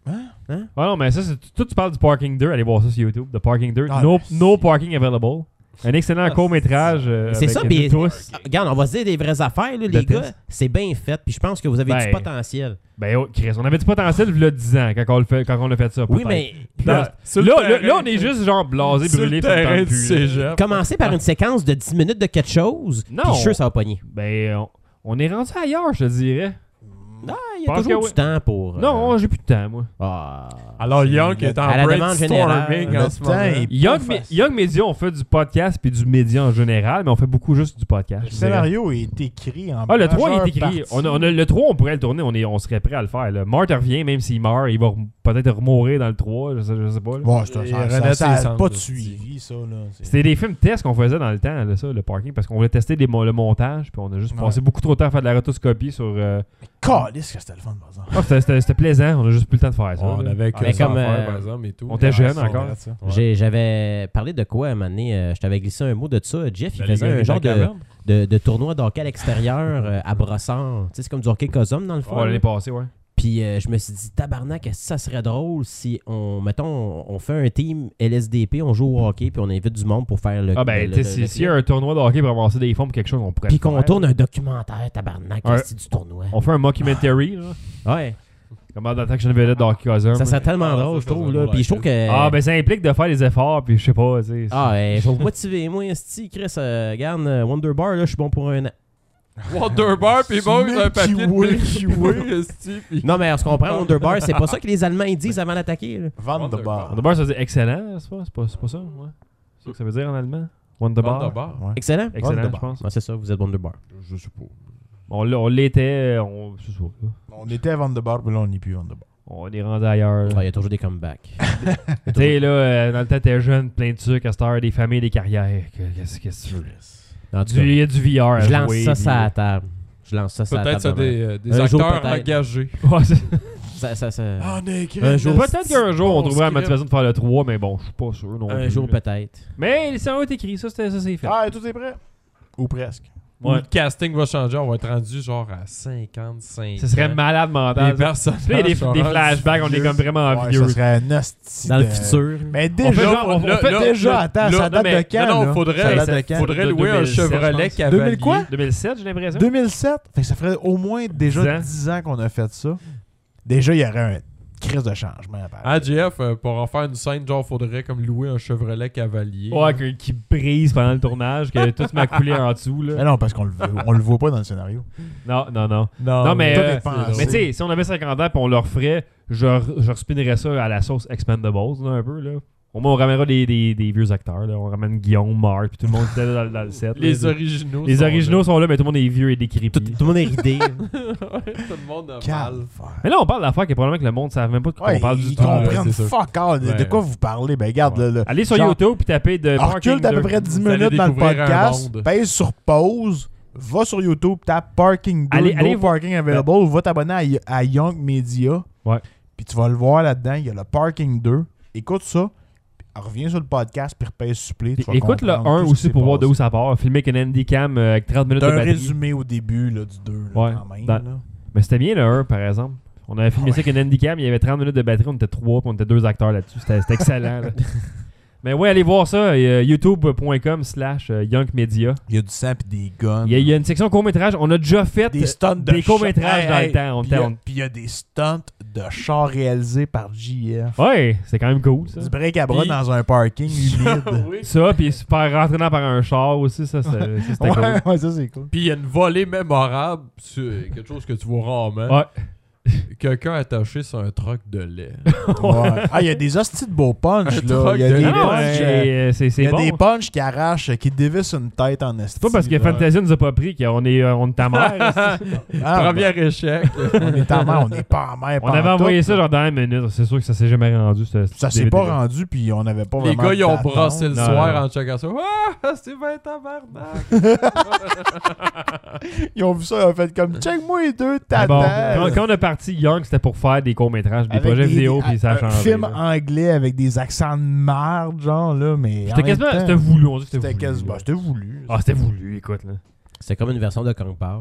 Ah non, mais ça, c'est toi, tu parles du Parking 2. Allez voir ça sur YouTube. The Parking 2. Ah, No, merci. no Parking Available. Un excellent court-métrage. C'est ça, puis puis regarde, on va se dire des vraies affaires, là, les De gars. test. C'est bien fait, puis je pense que vous avez Ben, du potentiel. Ben, oh, Chris, on avait du potentiel il y a 10 ans quand on a fait ça. Oui, peut-être. mais Là, Sur le là, terrain. on est juste genre blasé, Sur brûlé, le puis on terrain tente du plus, là. cégep. commencer par une séquence de 10 minutes de quelque chose, Non. puis je suis sûr que ça va pogner. Ben, on est rendu ailleurs, je te dirais. Non, il y a Pense toujours que du temps pour... Non, j'ai plus de temps, moi. Ah. Alors, Young est en à la demande générale. brainstorming en Le ce temps moment. est Young Media, on fait du podcast puis du média en général, mais on fait beaucoup juste du podcast. Le je dirais. scénario est écrit en Ah, le 3 majeure est écrit. partie. On a le 3, on pourrait le tourner, on serait prêt à le faire. Là. Marthe revient, même s'il meurt, il va peut-être remourir dans le 3, je sais pas. là. Bon, Et ça Renaître ça a ses pas cendres, de suivi, ça. Là. C'était des films tests qu'on faisait dans le temps, là, ça, le parking, parce qu'on voulait tester le montage, puis on a juste Ouais. passé beaucoup trop de temps à faire de la rotoscopie sur. Calisse que c'était le fun, par exemple. Ah, c'était plaisant, on a juste plus le temps de faire ça. On là. avait que Mais ça à comme, faire, par exemple, et tout. On était jeunes Ouais, encore. c'est vrai, ça. J'avais parlé de quoi à un moment donné? Je t'avais glissé un mot de ça. Jeff, il La faisait Ligue un genre de la caverne. de tournoi d'hockey à l'extérieur à Brossard. Tu sais, c'est comme du hockey cosum dans le fond. Ouais, l'année passée, ouais. Puis je me suis dit, tabarnak, est-ce que ça serait drôle si on fait un team LSDP, on joue au hockey, puis on invite du monde pour faire le. Ah, ben, le- tu sais, le s'il y a un tournoi de hockey pour avancer des fonds pour quelque chose, on pourrait. Puis le qu'on faire. tourne un documentaire, tabarnak, Ouais. c'est du tournoi. On fait un mockumentary, là. Ouais. Comment d'attaque que je vedette de hockey Cosum. Ça serait tellement Ah, drôle, ça, je trouve. ça, Là. ça, Puis je trouve que. Ah, ben ça implique de faire des efforts, puis je sais pas, tu sais. Ah, je vais vous motiver. Moi, esti, Chris, regarde, Wonder Bar, là, je suis bon pour un an. Wonder Bar, puis bon, il a un papier de Milky Milky Way, esti, puis- Non, mais on se comprend, Wonder Bar, c'est pas ça que les Allemands ils disent avant d'attaquer. là. Vanderbar. Wonderbar, ça veut dire excellent, c'est pas ça, ouais. C'est ça que ça veut dire en allemand? Wonderbar. Wonder Bar. Excellent. Excellent, je Wonderbar. pense. Ouais, c'est ça, vous êtes Wonder Bar. Je sais pas. On l'était, c'est ça. On était à Vanderbar, puis là, on n'est plus Vanderbar. On est rendu ailleurs. Il y a toujours des comebacks. Tu sais, là, dans le temps, t'es jeune, plein de trucs, à cette heure, des familles, des carrières. Qu'est-ce que tu veux? En tout cas, Il y a du VR. à je lance jouer, ça puis- sur la table. Je lance ça sur la table. Peut-être ça demain. des Un jour, acteurs peut-être. engagés. Ouais, Ça- Un jour. Peut-être qu'un jour, on Bon trouvera la script. motivation de faire le 3, mais bon, je suis pas sûr non Un plus, jour là. peut-être. Mais ça a été écrit, ça c'est fait. Ah, tout est prêt? Ou presque. Ou Ouais. le casting va changer, on va être rendu genre à 55. Ça serait ans. malade Les mental. personnages. Puis il y a des sont flashbacks, on est vieux. comme vraiment Ouais, vieux. ça serait un hostie Dans le de- futur. Mais On fait déjà, genre- on là, fait là, déjà, là, attends, là, ça date mais- de quand? non, là? faudrait- Ça date de quand? Faudrait De louer un 2007, Chevrolet je Cavalier. 2000 quoi? 2007, j'ai l'impression. 2007? Fait que ça ferait au moins déjà 10 ans. 10 ans qu'on a fait ça. Déjà, il y aurait un crise de changement. Ah, JF, pour en faire une scène, genre, faudrait comme louer un Chevrolet Cavalier. Ouais, qui brise pendant le tournage, que tout se m'a coulé en dessous. Là. Mais non, parce qu'on le voit pas dans le scénario. Non, tout mais est pensé. mais tu sais, si on avait 50 ans et on le referait, je respinerais ça à la sauce Expendables, là, un peu, là. Au moins, on ramènera des vieux acteurs. Là. On ramène Guillaume, Marc, puis tout le monde était dans le set. Les originaux. Les originaux sont là, mais tout le monde est vieux et décrépit. Tout le monde est ridé. Tout le monde a mal. Mais là, on parle d'affaires que probablement que le monde ne savent même pas qu'on parle du ils tout. comprennent fuck all. De quoi vous parlez? Ben, regarde, là. Allez sur YouTube et tapez de Recule d'à peu près 10 minutes dans le podcast, pèse sur pause, va sur YouTube, tape Parking 2, allez Parking Available, va t'abonner à Young Media. Ouais. Puis tu vas le voir là-dedans, il y a le Parking 2. Écoute ça. Reviens sur le podcast puis repèse supplé. Écoute le 1 aussi pour voir d'où ça part. Filmé avec une Handycam avec 30 minutes de batterie. T'as un résumé au début là, du 2. Ouais. Quand même, là. Mais c'était bien le 1 par exemple. On avait filmé ça avec une Handycam, il y avait 30 minutes de batterie, on était 3 puis on était 2 acteurs là-dessus. C'était excellent. Là. Mais ouais, allez voir ça, youtube.com/youngmedia. Il y a du sang et des guns. Il y a une section court-métrage. On a déjà fait des courts-métrages dans le temps. Puis il y a des stunts de chars réalisés par JF. Ouais, c'est quand même cool ça. Du break-à-bras dans un parking humide. Ça, puis se faire rentrer dans par un char aussi, ça c'était cool. Ouais, ça c'est cool. Puis il y a une volée mémorable, quelque chose que tu vois rarement. Ouais. Quelqu'un attaché sur un truck de lait. Ouais. Ah, il y a des hosties de beaux punchs, là. Il y a des punchs. C'est bon. Des punchs qui arrachent, qui dévissent une tête en esti. C'est pas parce que Fantasia nous a pas pris qu'on est ta mère. Premier échec. On est ta mère, on n'est pas en mer. On avait envoyé ça genre dans la minute. C'est sûr que ça s'est jamais rendu. Ça s'est pas rendu, puis on avait pas vraiment. Les gars, ils ont brossé le soir en checkant ça. Ah, c'est 20 tabarnak. Ils ont vu ça, ils ont fait comme check-moi les deux, tata. Bon, quand on a parti Young, c'était pour faire des courts-métrages, des projets vidéo, puis ça a changé. Un film anglais avec des accents de merde, genre, là, mais. C'était voulu, on dit que c'était voulu. C'était voulu. Ah, c'était voulu, écoute, là. C'est comme une version de Kong Power.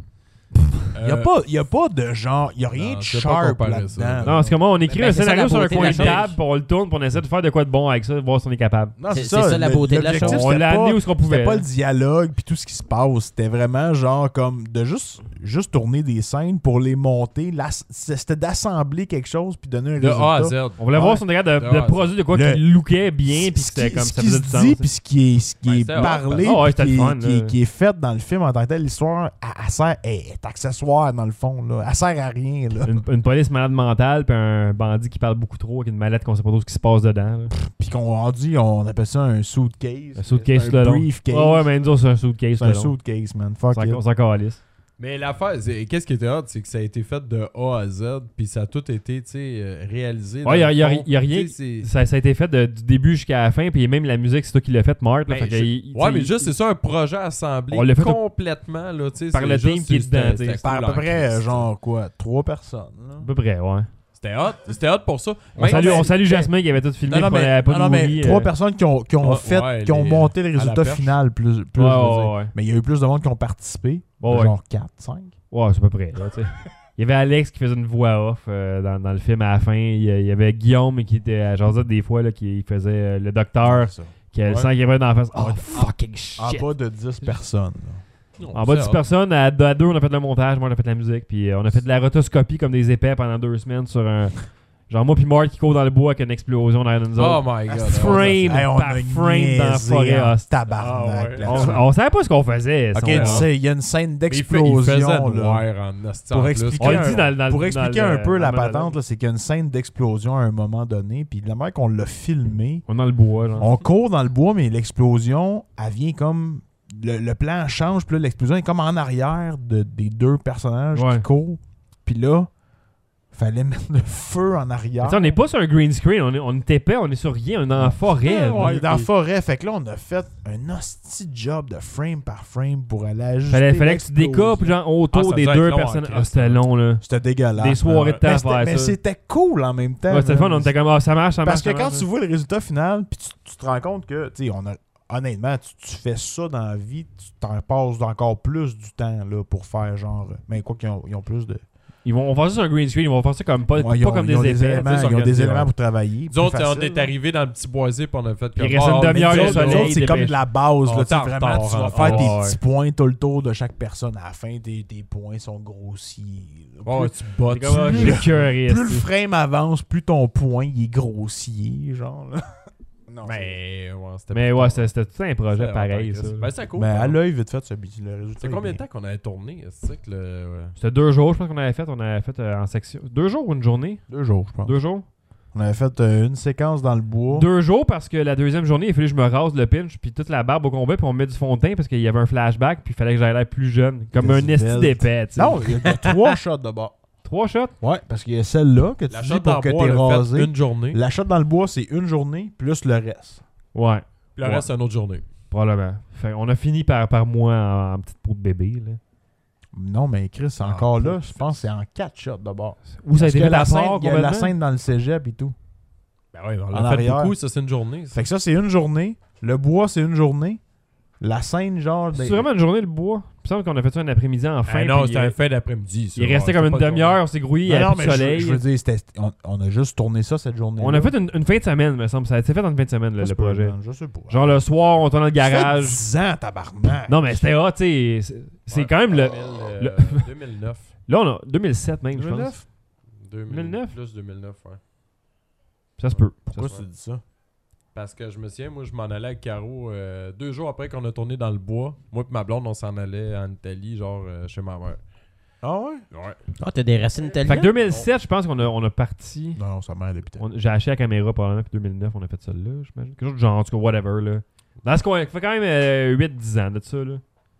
Il n'y a pas de genre, il n'y a rien de sharp là-dedans. Non, c'est comment on écrit un scénario sur un coin de chose. table, puis on le tourne, puis on essaie de faire de quoi de bon avec ça, voir si on est capable. Non, c'est ça la beauté de la chose. On l'a amené où ce qu'on pouvait. C'était pas le dialogue puis tout ce qui se passe. C'était vraiment genre comme de juste tourner des scènes pour les monter. C'était d'assembler quelque chose puis donner un résultat. De A à Z. On voulait voir si on était capable de produire de quoi qui lookait bien, puis c'était comme ça faisait du sens. Ce qui se dit puis ce qui est parlé qui est fait dans le film en tant que tel, l'histoire, est accessoire dans le fond. Là. Elle sert à rien. Là. Une police malade mentale puis un bandit qui parle beaucoup trop avec une mallette qu'on sait pas trop ce qui se passe dedans. Puis on appelle ça un suitcase. Un suitcase, un briefcase. Ouais, mais nous, c'est un suitcase. C'est un suitcase, man. Fuck it. On s'en calisse. Mais l'affaire, qu'est-ce qui était hot, c'est que ça a été fait de A à Z, puis ça a tout été, réalisé. Ouais, il y a rien. Ça a été fait du début jusqu'à la fin, puis même la musique, c'est toi qui l'as fait, Marc. Mais juste, c'est ça, un projet assemblé complètement, là, par le team qui est dedans. Par à peu près, genre, quoi, 3 personnes, là. À peu près, ouais. C'était hot pour ça. On salue Jasmin qui avait tout filmé. Non, mais 3 personnes qui ont monté le résultat final plus. Mais il y a eu plus de monde qui ont participé. Genre 4, 5. Ouais, c'est à peu près. Là, il y avait Alex qui faisait une voix off dans le film à la fin. Il y avait Guillaume qui était à Josette des fois, là, qui faisait le docteur qui a le sang qui avait dans la face. Oh, fucking shit. En bas de 10 personnes. En bas de 10 personnes, à 2, on a fait le montage, moi on a fait la musique, puis on a fait de la rotoscopie comme des épais pendant 2 semaines sur un... Genre moi puis Mark qui court dans le bois avec une explosion derrière nous autres. Oh my god. Frame par frame dans la forêt. Tabarnak. On savait pas ce qu'on faisait. Ok, il y a une scène d'explosion. Pour expliquer un peu la patente, c'est qu'il y a une scène d'explosion à un moment donné, puis la manière qu'on l'a filmé, on est dans le bois. Genre. On court dans le bois, mais l'explosion, elle vient comme... Le plan change, puis là, l'explosion est comme en arrière des 2 personnages qui courent. Puis là, fallait mettre le feu en arrière. On n'est pas sur un green screen, on est épais, on est sur rien, on est dans la forêt. On est dans la forêt. Fait que là, on a fait un hostie job de frame par frame pour aller ajuster. Fallait que tu découpes genre, autour des 2 personnes. C'était long, là. C'était dégueulasse. Des soirées de temps à faire ça. Mais c'était cool en même temps. Ouais, c'était le fun, on était comme, ça marche. Parce que quand tu vois le résultat final, puis tu te rends compte que, tu sais, honnêtement, tu fais ça dans la vie, tu t'en passes encore plus du temps là, pour faire genre. Mais quoi qu'ils ont plus de. Ils vont faire ça sur un green screen, ils vont faire ça comme pas Ouais, comme des épais. Ils ont des éléments pour travailler. Nous autres, on est arrivés dans le petit boisé puis on a fait comme... Il reste une demi-heure au soleil. C'est comme de la base. On Là, est en vraiment, retard, tu vas hein. faire des Ouais. petits points tout le tour de chaque personne. À la fin, tes points sont grossiers. Ouais, tu bottes. C'est comme plus- j'ai cœuré. Plus le frame avance, plus ton point il est grossier. Genre, là. Non, Mais ouais, c'était tout un projet pareil, ça. Ben, c'est cool. mais à par l'œil, vite fait, le résultat. C'est est combien de bien. temps qu'on avait tourné? C'est que le... C'était 2 jours, je pense qu'on avait fait. On avait fait en section. 2 jours ou une journée? 2 jours, je pense. 2 jours? On avait fait une séquence dans le bois. 2 jours parce que la deuxième journée, il fallait que je me rase le pinch puis toute la barbe au complet puis on me met du fond de teint parce qu'il y avait un flashback puis il fallait que j'aille l'air plus jeune. Comme un esti d'épais, tu sais. Non, il y a 3 shots de bord. 3 shots? Ouais, parce qu'il y a celle-là que tu La dis shot pour dans que le bois, t'es on a fait rasé. une journée. La shot dans le bois, c'est une journée plus le reste. Ouais, Puis le reste, c'est une autre journée. probablement. Fait, on a fini par moi en petite peau de bébé. Là. Non, mais Chris, c'est encore là. Je pense que c'est en 4 shots de bord. Où ça a Parce été que fait la à scène, part il y a la complètement? scène dans le cégep et tout. Ben ouais, on En l'a fait arrière. beaucoup, ça c'est une journée. Ça. Fait que ça, c'est une journée. Le bois, c'est une journée. La scène, genre. C'est vraiment une journée le bois? Il me semble qu'on a fait ça un après-midi en fin. Ben non, puis, c'était un fin d'après-midi. ça. il restait comme une C'était pas demi-heure, on s'est grouillé, il y Non, avait non, plus de mais soleil. je veux dire, on a juste tourné ça cette journée. On a fait une fin de semaine, me semble. Ça a été fait en une fin de semaine, le projet. Je sais pas. Genre le soir, on tourne dans le Ça fait garage. 10 ans, tabarnak. Non, mais c'était hot, tu sais. C'est Ouais, quand même le. 2009. Là, on a 2007 même, je pense. 2009? 2009? Plus 2009, ouais. Ça se peut. Pourquoi Ça se tu dis ça? Parce que je me souviens, moi, je m'en allais avec Caro 2 jours après qu'on a tourné dans le bois. Moi et ma blonde, on s'en allait en Italie, genre chez ma mère. Ah ouais? Ouais. Ah, t'as des racines peut. Fait italiennes? que 2007, je pense qu'on a parti. Non, ça m'a l'hôpital. J'ai acheté la caméra probablement, puis 2009, on a fait ça là, j'imagine. Quelque chose de genre, en tout cas, whatever, là. Dans ce coin, ça fait quand même 8-10 ans de ça, là.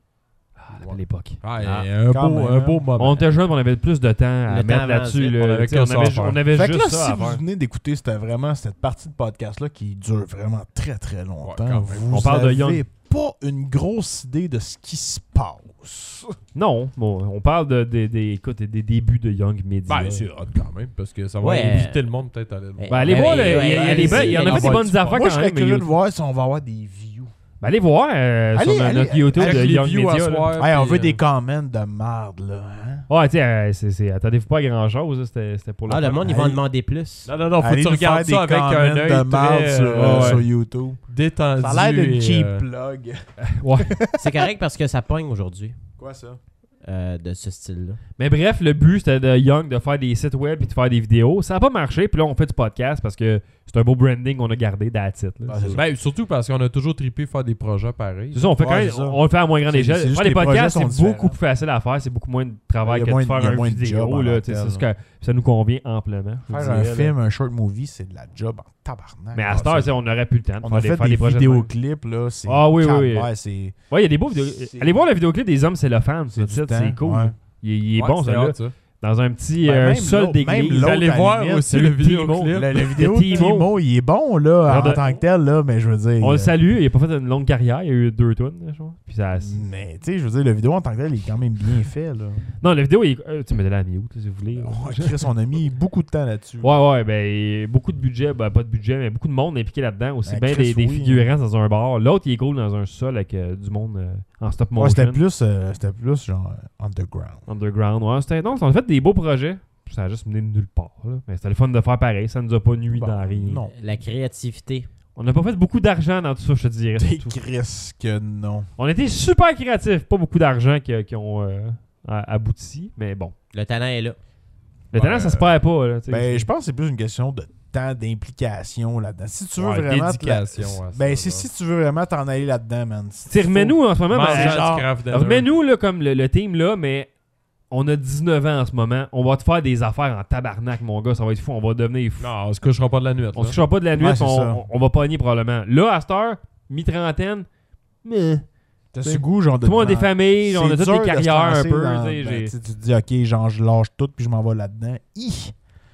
Ah, la belle époque. Ah, Ah, un quand beau, même, un beau moment. On était jeunes, on avait plus de temps à Le temps mettre là-dessus. avançait. Là. On avait Tu sais, que ça à faire. on avait Fait que juste là, ça si à vous faire. venez d'écouter, c'était vraiment cette partie de podcast-là qui dure vraiment très très longtemps. Ouais, quand même. Vous On parle de avez Young. pas une grosse idée de ce qui se passe. Non, bon, on parle écoute, des débuts de Young Media. Ben, c'est hot quand même, parce que ça va Ouais. inviter le monde peut-être à aller le voir. Ben, allez voir, là, il y a des belles- il y en a fait des bonnes affaires Moi, quand je serais même. curieux de mais voir si on va avoir des views. Ben, allez voir sur notre YouTube Avec de les Young views à Media. là. soir, Hey, on puis, veut des comments de merde, là. Hein? Ouais, tu sais, attendez-vous pas à grand-chose. C'était pour le Ah, le fun. monde, ils vont en Allez. demander plus. Non, faut que Allez tu nous regardes faire ça des avec un comments œil de merde très sur YouTube. détendu. Ça a l'air d'une et, cheap plug. Ouais. C'est correct parce que ça pogne aujourd'hui, Quoi ça? de ce style-là. Mais bref, le but c'était de Young de faire des sites web et de faire des vidéos. Ça n'a pas marché, puis là on fait du podcast parce que c'est un beau branding qu'on a gardé that's it, là. Ah, c'est ça. Ben, surtout parce qu'on a toujours trippé faire des projets pareils. C'est ça, on fait quand Ouais, même, c'est ça. on le fait à moins grande C'est échelle. juste Faire que des les projets podcasts, sont c'est beaucoup différents. plus facile à faire, c'est beaucoup moins de travail Il y que a de moins- faire il y a un moins de vidéo. job en Là, tant tu sais, que c'est tel, ce que ça nous convient amplement. je Faire vous un dirais, film, là. un short movie, c'est de la job en tabarnak. Mais à Ah, cette heure, ça- tu sais, on n'aurait plus le temps de on faire a fait faire des projets de même. vidéoclips, là. C'est Ah oui, oui, oui. calvaire, c'est Ouais, il y a des beaux vidéos. C'est- Allez voir le vidéoclip des hommes, c'est le fan. c'est du C'est temps, cool. ouais. Il est Ouais, bon, c'est ça, là. hot, ça. Dans un petit Ben, même sol l'autre- même d'église. l'autre, Allez à la voir limite, aussi c'est le le Timo. vidéoclip. La vidéo de Timo. Timo, il est bon, là, en Regarde- tant que tel, là, mais je veux dire... On le salue, il a pas fait une longue carrière, il y a eu 2 tonnes, je crois. Puis ça. Mais, tu sais, je veux dire, le vidéo en tant que tel, il est quand même bien fait, là. Non, la vidéo, tu mets de la mute, si vous voulez. Ouais, Chris, on a mis beaucoup de temps là-dessus. Ouais, ben, beaucoup de budget, ben, pas de budget, mais beaucoup de monde impliqué là-dedans. Aussi Ben, bien Chris, des oui. figurants dans un bar. L'autre, il est cool dans un sol avec du monde en stop Ouais, motion. c'était plus genre underground. Underground. Ouais, donc, on a fait des beaux projets. Ça a juste mené de nulle part. Là. Mais c'était le fun de faire pareil. Ça nous a pas nuit Bon, dans rien. non. La créativité. On n'a pas fait beaucoup d'argent dans tout ça, je te dirais. T'es surtout. Chris que non. On était super créatifs. Pas beaucoup d'argent qui ont abouti. Mais bon. Le talent est là. Le talent, ça se perd pas. Là, tu sais. Ben, je pense que c'est plus une question de temps d'implication là-dedans. Si tu veux Ouais, vraiment... dédication à ça, ben, là. si tu veux vraiment t'en aller là-dedans, man. Tu sais, remets-nous en ce moment. Mangeant ben, du genre, craft dinner. remets-nous là, comme le team là, mais on a 19 ans en ce moment. On va te faire des affaires en tabarnak, mon gars. Ça va être fou. On va devenir fou. Non, on se couchera pas de la nuit. On se couchera pas de la nuit. Ouais, puis c'est ça. on va pogner probablement. Là, à cette heure, mi-trentaine, mais T'as ce goût, genre de... tout le monde a des familles, on a C'est toutes dur des de se carrières un lancer peu. dans- tu sais, ben, j'ai- tu sais, tu te dis, OK, genre, je lâche tout puis je m'en vais là-dedans. Hi!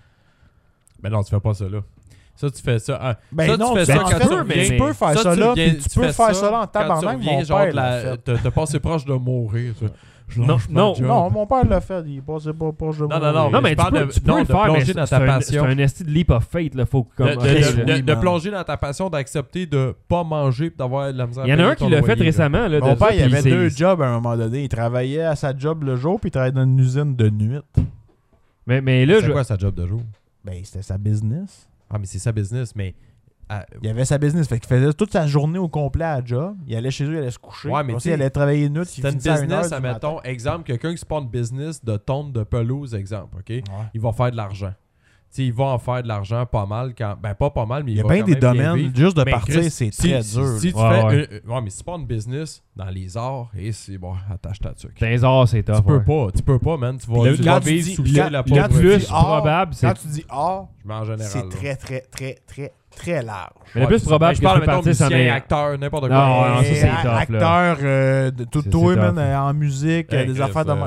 Mais non, tu fais pas ça là. Ça, tu fais ça. Ben ça, non, tu fais tu ça en quand fais, tu reviens. tu peux faire ça tu là, reviens- puis tu peux fais faire ça là en quand tu tabarnak, reviens, mon genre, père l'a fait. t'as passé proche de mourir. ça. Je Non, lâche non, ma job. Non, mon père l'a fait. Il est passé pas proche de moi. non, Non, mais je tu parle peux, de- tu peux non, le de faire, mais plonger dans ta c'est passion. un esti de leap of faith. Là, faut comme... De man. plonger dans ta passion, d'accepter de pas manger et d'avoir de la misère. Il y en a un qui l'a fait récemment. Là, Mon de père, ça, il puis avait c'est- 2 jobs à un moment donné. Il travaillait à sa job le jour, puis il travaillait dans une usine de nuit. Mais là, c'est quoi sa job de jour? Ben, c'était sa business. Ah, mais c'est sa business, mais... Il avait sa business. Fait qu'il faisait toute sa journée au complet à la job. Il allait chez eux, il allait se coucher. Ouais, mais il allait travailler une nuit. C'est une business, admettons, exemple, quelqu'un qui se porte une business de tonte de pelouse, exemple, OK? Ouais. Il va faire de l'argent. T'sais, il va en faire de l'argent pas mal. Ben, pas mal, mais il y a va bien quand des même bien domaines. vivre. Juste de Mais partir, Chris, c'est très dur. Si tu fais ouais, mais si c'est pas une business dans les arts, et c'est bon, attache ta tuque. Dans les arts, c'est tough. Tu peux pas, man. Tu vas vivre sous la pauvreté. Quand plus probable, c'est... Quand tu dis art, en général, c'est très, très, très, très, très large. Mais le plus probable, je parle, que tu partir, acteur, n'importe quoi. Non, ça, c'est tough, acteur, de tout toi, man, en musique, des affaires de...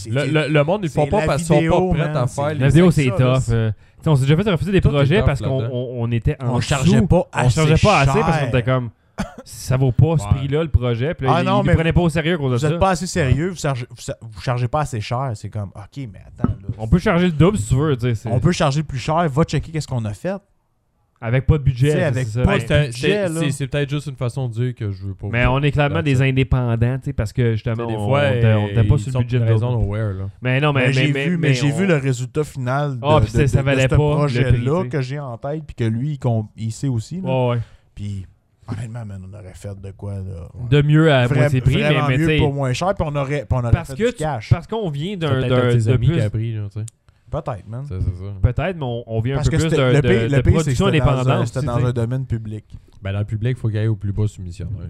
Le monde, ils font pas parce qu'ils sont pas prêts à faire les... La vidéo, c'est tough. On s'est déjà fait refuser des projets parce qu'on était en on chargeait pas assez. On chargeait pas assez parce qu'on était comme... Ça vaut pas ce prix-là, le projet. Puis là, ils ne prenaient pas au sérieux à cause de ça. Vous êtes pas assez sérieux, vous chargez pas assez cher. C'est comme, OK, mais attends. Là, on peut charger le double si tu veux. On peut charger plus cher. Va checker qu'est-ce qu'on a fait. Avec pas de budget. Avec pas de budget. C'est peut-être juste une façon de dire que je veux pas. Mais on est clairement des indépendants, parce que justement, des fois, on n'était pas sur le budget de raison nowhere, là. Mais non, mais j'ai vu le résultat final de ce projet-là que j'ai en tête, puis que lui, il sait aussi. Ouais. Puis, honnêtement, man, on aurait fait de quoi, là. De mieux à moitié prix, mais mieux pour moins cher, puis on aurait fait du cash. Parce qu'on vient d'un de plus... qui a pris, là, tu sais. Peut-être, man. C'est ça. Peut-être, mais on vient parce un peu plus de production indépendante. C'était dans un domaine public. Ben, dans le public, il faut qu'il y ait au plus bas soumissionnaire.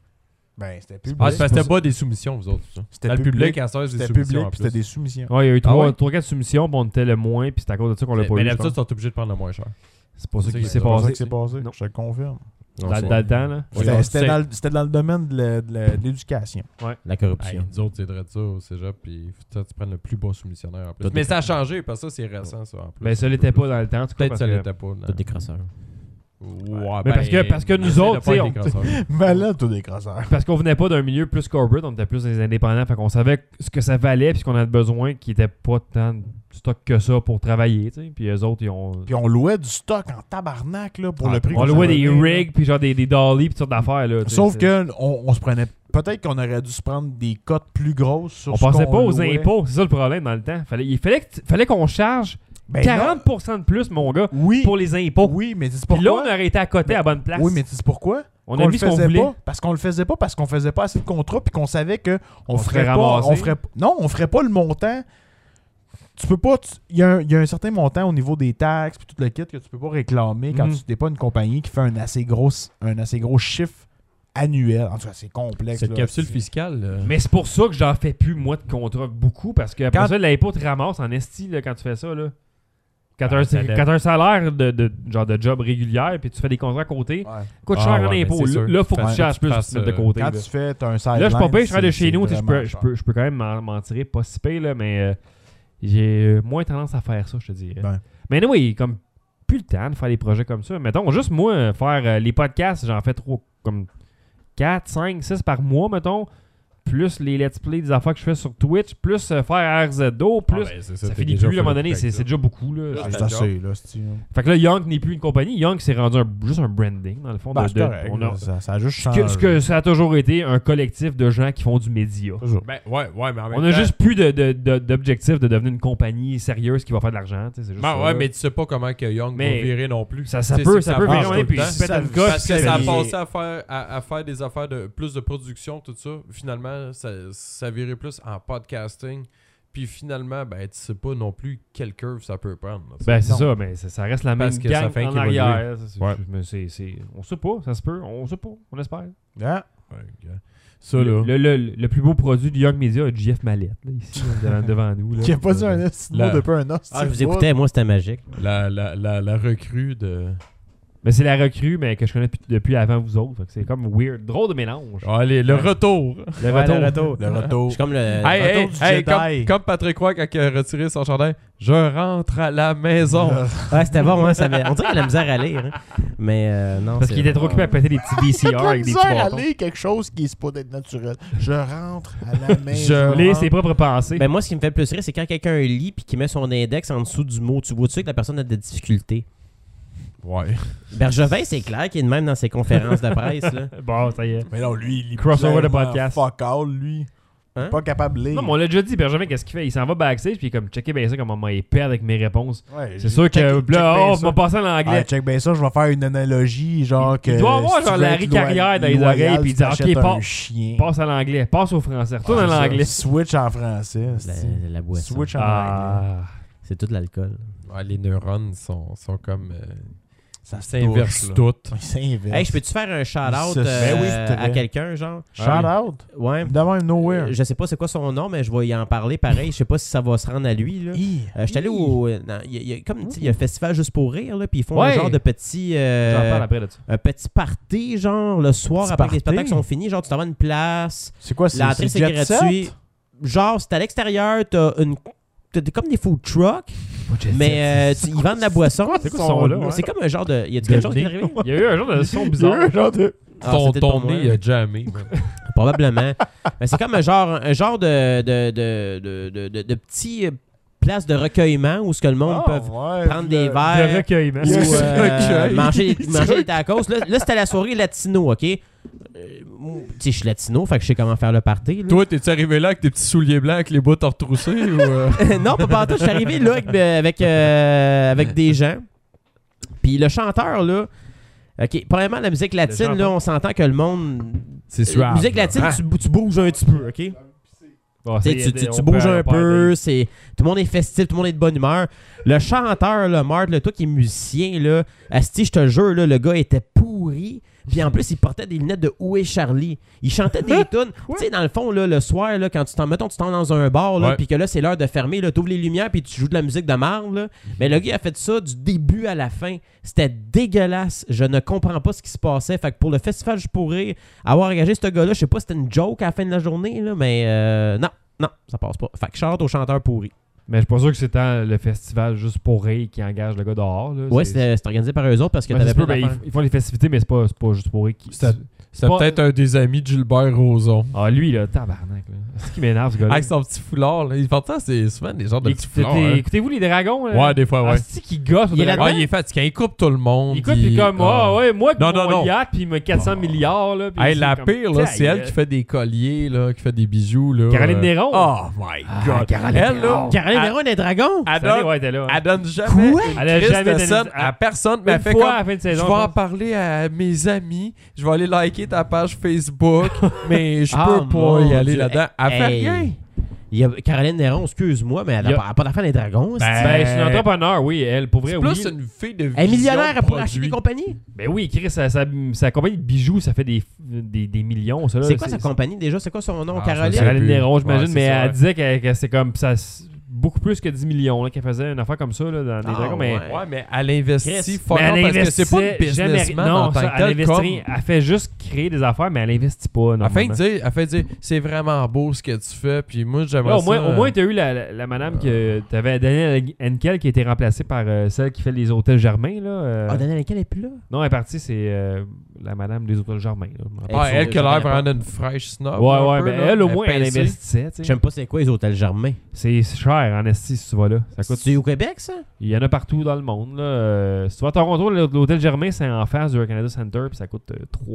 Ben, c'était public. Ah, c'était pas des soumissions, vous autres. C'était dans le public, à ça, c'était des soumissions. Public, c'était des soumissions. Ouais, il y a eu 3-4 soumissions, puis on était le moins, puis c'est à cause de ça qu'on l'a pas eu. Mais d'habitude, ils sont obligés de prendre le moins cher. C'est pas ça qui s'est passé. Je le confirme. Dans le temps, là. C'était dans le domaine de l'éducation. Ouais. La corruption. Nous autres, c'est de ça au cégep, puis tu prennes le plus bas soumissionnaire en plus. Mais ça a changé, parce que ça, c'est récent, ça, en plus. Ben, ça l'était pas dans le temps, en tout cas. Peut-être que ça l'était pas. Tout des crasseurs. Ouais, mais parce que nous autres, tu sais, malade, tous des crasseurs. Parce qu'on venait pas d'un milieu plus corporate, on était plus des indépendants, fait qu'on savait ce que ça valait, puis ce qu'on avait besoin, qui était pas tant de stock que ça pour travailler, tu sais. Puis eux autres, ils ont. Puis on louait du stock en tabarnak, là, pour le prix. On louait des rigs, puis genre des dollies, puis toutes sortes d'affaires, là. Sauf que on se prenait. Peut-être qu'on aurait dû se prendre des cotes plus grosses sur on pensait pas aux impôts, c'est ça le problème dans le temps. Il fallait qu'on charge 40% de plus, mon gars, pour les impôts. Oui, mais c'est pourquoi. Puis là, on aurait été à côté à bonne place. Oui, mais c'est pourquoi. On a mis ce qu'on voulait. Parce qu'on le faisait pas, parce qu'on faisait pas assez de contrats, puis qu'on savait qu'on ferait pas. On ferait pas le montant. Tu peux pas. Il y a un certain montant au niveau des taxes, puis tout le kit que tu peux pas réclamer quand tu n'es pas une compagnie qui fait un assez gros chiffre annuel. En tout cas, c'est complexe. Cette capsule fiscale. Mais c'est pour ça que j'en fais plus, moi, de contrats beaucoup, parce que après ça, l'impôt te ramasse en esti là, quand tu fais ça, là. Quand tu as un salaire de job régulière, puis tu fais des contrats à côté, coûte cher en impôt. Là, il faut que tu cherches plus de côté. Quand tu fais un salaire. Là, je suis pas payé, je travaille de chez nous, je peux quand même m'en tirer pas si payé, là, mais j'ai moins tendance à faire ça, je te dirais. Ben. Mais oui, comme plus le temps de faire des projets comme ça. Mettons, juste moi, faire les podcasts, j'en fais comme 4, 5, 6 par mois, mettons. Plus les let's play des affaires que je fais sur Twitch, plus faire RZO, plus ça finit plus à un moment donné, c'est déjà beaucoup. Là. C'est assez, là, fait que là, Young n'est plus une compagnie. Young s'est rendu juste un branding, dans le fond. Ben, ça a juste changé. Ce que ça a toujours été un collectif de gens qui font du média. Ben, ouais, mais en même on a juste plus d'objectif de devenir une compagnie sérieuse qui va faire de l'argent. C'est juste ben, ouais, mais tu sais pas comment que Young va virer non plus. Ça peut virer, puis parce que ça a passé à faire des affaires de plus de production, tout ça. Finalement, ça virait plus en podcasting. Puis finalement, ben, tu sais pas non plus quelle curve ça peut prendre. Là, ben, c'est ça, mais ça reste la même gang en arrière. Ouais. On sait pas, ça se peut. On sait pas, on espère. Yeah. Ouais, ça, là. Le plus beau produit du Young Media, Jeff Mallette, là, ici, devant nous. Qui a pas dit un mot depuis un an. Je vous écoutais, moi, c'était magique. La recrue de... Mais c'est la recrue, mais que je connais depuis avant vous autres. C'est comme weird. Drôle de mélange. Allez, le retour. Le retour. Je suis comme le retour du Jedi. Comme Patrick Roy quand il a retiré son chandail. Je rentre à la maison. Ouais, c'était bon. Hein, on dirait qu'il a la misère à lire. Hein. Mais non. Parce qu'il était trop occupé à péter des petits VCR avec des petits bâtons. à lire quelque chose qui est pas d'être naturel. Je rentre à la maison. Je lis ses propres pensées. Ben moi, ce qui me fait le plus rire, c'est quand quelqu'un lit puis qu'il met son index en dessous du mot. Tu vois-tu que la personne a des difficultés? Ouais. Bergevin, c'est clair qu'il est de même dans ses conférences de presse. Là. Bon, ça y est. Mais non, lui, il lit crossover de podcast. Fuck all, lui. Hein? Pas capable de lire. Non, mais on l'a déjà dit, Benjamin, qu'est-ce qu'il fait? Il s'en va backstage, puis comme, checker bien ça, comment il perd avec mes réponses. Ouais, C'est sûr que là, on va passer à l'anglais. Check bien ça, je vais faire une analogie, genre que... Il doit avoir genre Larry Carrière dans les oreilles, puis il dit, OK, passe à l'anglais, passe au français, retourne à l'anglais. Switch en français. La boisson. Switch en anglais. C'est tout l'alcool. Ouais, les neurones sont comme... Ça s'inverse tout. Ils s'inversent. Hey, je peux-tu faire un shout-out à quelqu'un, genre? Shout-out? Ouais. Devant nowhere. Je sais pas c'est quoi son nom, mais je vais y en parler pareil. Je sais pas si ça va se rendre à lui. Là. Je suis allé au... Il y a un festival juste pour rire, là, puis ils font un genre de petit... J'en parle après de ça. Un petit party, genre, le soir, après que les spectacles sont finis. Genre, tu t'en vas à une place. C'est quoi, l'entrée, c'est gratuit. Genre, c'est à l'extérieur, t'as comme des food trucks, mais ils vendent de la boisson. C'est quoi ce son-là? C'est comme un genre de... Y a quelque chose qui est arrivé? Il y a eu un genre de son bizarre. Ton nez, il a jamais. Probablement. Mais c'est comme un genre de petit place de recueillement où ce que le monde peut prendre des verres. De recueillement. Ou manger des tacos. Là, c'était la soirée latino, OK? Je suis latino, fait que je sais comment faire le party. Là. Toi, t'es-tu arrivé là avec tes petits souliers blancs avec les bottes retroussées ou Non, pas partout. Je suis arrivé là avec des gens. Puis le chanteur, là... OK, premièrement, la musique latine, là, on s'entend que le monde... C'est suave. La musique latine, tu bouges un petit peu, OK? Bon, tu bouges un peu, tout le monde est festif, tout le monde est de bonne humeur. Le chanteur, là, Marc, toi qui est musicien, là, asti, je te jure, là, le gars était pourri. Puis en plus, il portait des lunettes de Où est Charlie? Il chantait des tunes. Tu sais, dans le fond, là, le soir, là, quand tu t'en dans un bar, là, puis que là, c'est l'heure de fermer, là, t'ouvres les lumières, puis tu joues de la musique de marde, là. Mais le gars a fait ça du début à la fin. C'était dégueulasse. Je ne comprends pas ce qui se passait. Fait que pour le festival, je pourrais avoir engagé ce gars-là. Je sais pas si c'était une joke à la fin de la journée, là, mais non, ça passe pas. Fait que chante au chanteur pourri. Mais je suis pas sûr que c'est tant le festival juste pour rire qui engage le gars dehors. Là. Ouais, c'est organisé par eux autres parce que t'avais pas ils font les festivités, mais c'est pas juste pour rire. C'est peut-être un des amis de Gilbert Rozon. Ah, lui, là, tabarnak. C'est ce qui m'énerve, ce gars-là. Avec son petit foulard, là. Pourtant, c'est souvent des genres de petits foulards. Écoutez-vous les dragons? Là? Ouais, des fois, ouais. C'est qui gosse. Il est fatigué. Il coupe tout le monde. Il coupe, puis comme, moi, qui mon yacht, puis il m'a 400 milliards. Là, hey, la pire, là, c'est elle qui fait des colliers, là, qui fait des bijoux. Là, Caroline Néron. Oh my God. Caroline Néron est dragon. Elle donne jamais de scène à personne. Mais elle fait comme, je vais en parler à mes amis. Je vais aller liker ta page Facebook, mais je peux pas y aller là-dedans. Elle fait rien. Il y a Caroline Néron, excuse-moi, mais elle n'a pas d'affaires des dragons. Ben, c'est une entrepreneur, oui. Elle, pour vrai, oui. C'est plus une fille de vision. Elle est millionnaire pour acheter des compagnies. Ben oui, Chris, sa compagnie de bijoux, ça fait des millions. Ça, là, c'est quoi sa compagnie déjà? C'est quoi son nom? Caroline Néron, j'imagine, mais elle disait que c'est comme ça. Beaucoup plus que 10 millions, là, qu'elle faisait une affaire comme ça là, dans les dragons. Mais... Ouais, mais elle investit fort parce que c'est pas une businessman en tant que tel. Elle fait juste créer des affaires, mais elle investit pas. Elle fait dire c'est vraiment beau ce que tu fais, puis moi j'aimerais ça. Au moins, tu as eu la madame que tu avais, Danielle Henkel, qui a été remplacée par celle qui fait les hôtels Germain. Danielle Henkel n'est plus là? Non, elle est partie, c'est la madame des hôtels Germain. Elle qui a l'air vraiment d'une fraîche snob. Ouais, mais elle, au moins, elle investissait. J'aime pas c'est quoi les hôtels Germain. C'est cher en esti si tu vas là. C'est au Québec, ça? Il y en a partout dans le monde. Là. Si tu vas à Toronto, l'hôtel Germain, c'est en face du Air Canada Center, puis ça coûte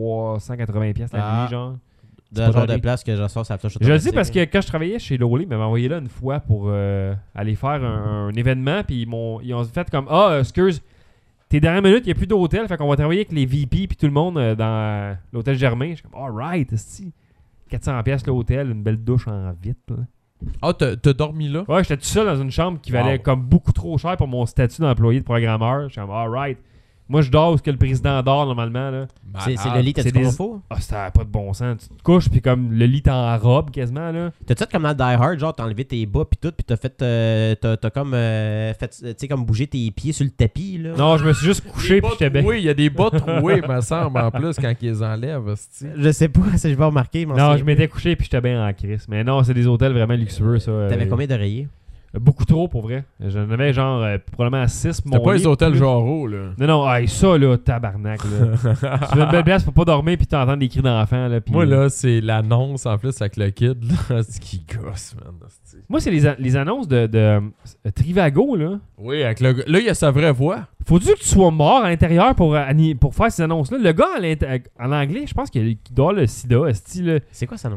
380$ la nuit, genre. De la genre de place que je sors ça touche. Je le dis parce que quand je travaillais chez Lowly, ils m'avaient envoyé là une fois pour aller faire un événement, puis ils ont fait comme excuse, tes dernières minutes, il n'y a plus d'hôtel, fait qu'on va travailler avec les VP puis tout le monde dans l'hôtel Germain. Je suis comme, alright, esti. 400$ l'hôtel, une belle douche en vite. Là. Ah, t'as dormi là? Ouais, j'étais tout seul dans une chambre qui valait comme beaucoup trop cher pour mon statut d'employé de programmeur. Je suis comme, alright. Moi, je dors où que le président dort normalement. Là. C'est le lit, t'as-tu confort? Ah, c'était pas de bon sens. Tu te couches, puis comme le lit t'es en robe quasiment. Là. T'as-tu fait comme dans Die Hard, genre t'as enlevé tes bas, puis tout, puis t'as fait. T'as comme fait, tu sais, comme bouger tes pieds sur le tapis. Là. Non, je me suis juste couché, puis j'étais bien. Oui, il y a des bas troués, me semble, en plus, quand ils les enlèvent. Je sais pas si je vais remarquer. Non, je m'étais couché, puis j'étais bien en crise. Mais non, c'est des hôtels vraiment luxueux, ça. T'avais combien d'oreillers? Beaucoup trop, pour vrai. J'en avais genre probablement 6. C'était pas les hôtels Joro, là. Non, ça, là, tabarnak, là. C'est une belle place pour pas dormir puis t'entends des cris d'enfants, là. Moi, là, c'est l'annonce, en plus, avec le kid, là. C'est qui gosse, man. Moi, c'est les annonces de Trivago, là. Oui, avec le... Là, il y a sa vraie voix. Faut-tu que tu sois mort à l'intérieur pour faire ces annonces-là? Le gars, en anglais, je pense qu'il doit avoir le sida, style. C'est quoi cette annonce-là?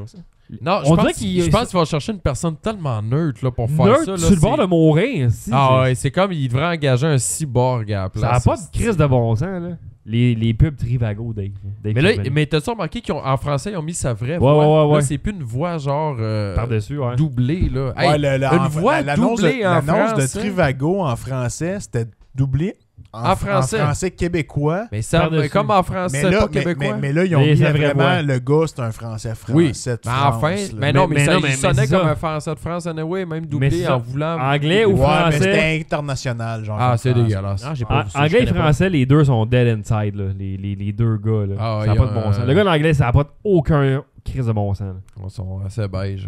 Non, On je dirait pense qu'il va chercher une personne tellement neutre là, pour faire neutre, ça. Là, sur le bord de mourir. ouais, c'est comme il devrait engager un cyborg à la place. Ça n'a pas de crise de bon sens, là. Les pubs Trivago, Dave. Mais t'as-tu remarqué qu'en français, ils ont mis sa vraie voix? Ouais. Là, c'est plus une voix genre par-dessus, ouais. doublée. Là. Ouais, Une voix doublée en l'annonce français. de Trivago en français, c'était doublé en français québécois. Mais ça, comme en français, pas québécois. Mais là, ils ont mis vraiment le gars, c'est un français de France. Enfin, mais il sonnait comme un français de France, anyway, même doublé en voulant... Anglais ou français? Mais c'était international, genre. Ah, c'est dégueulasse. Anglais et français, les deux sont dead inside, là. Les deux gars, là. Ça n'a pas de bon sens. Le gars d'anglais, ça n'a pas aucun crise de bon sens. Ils sont assez beige.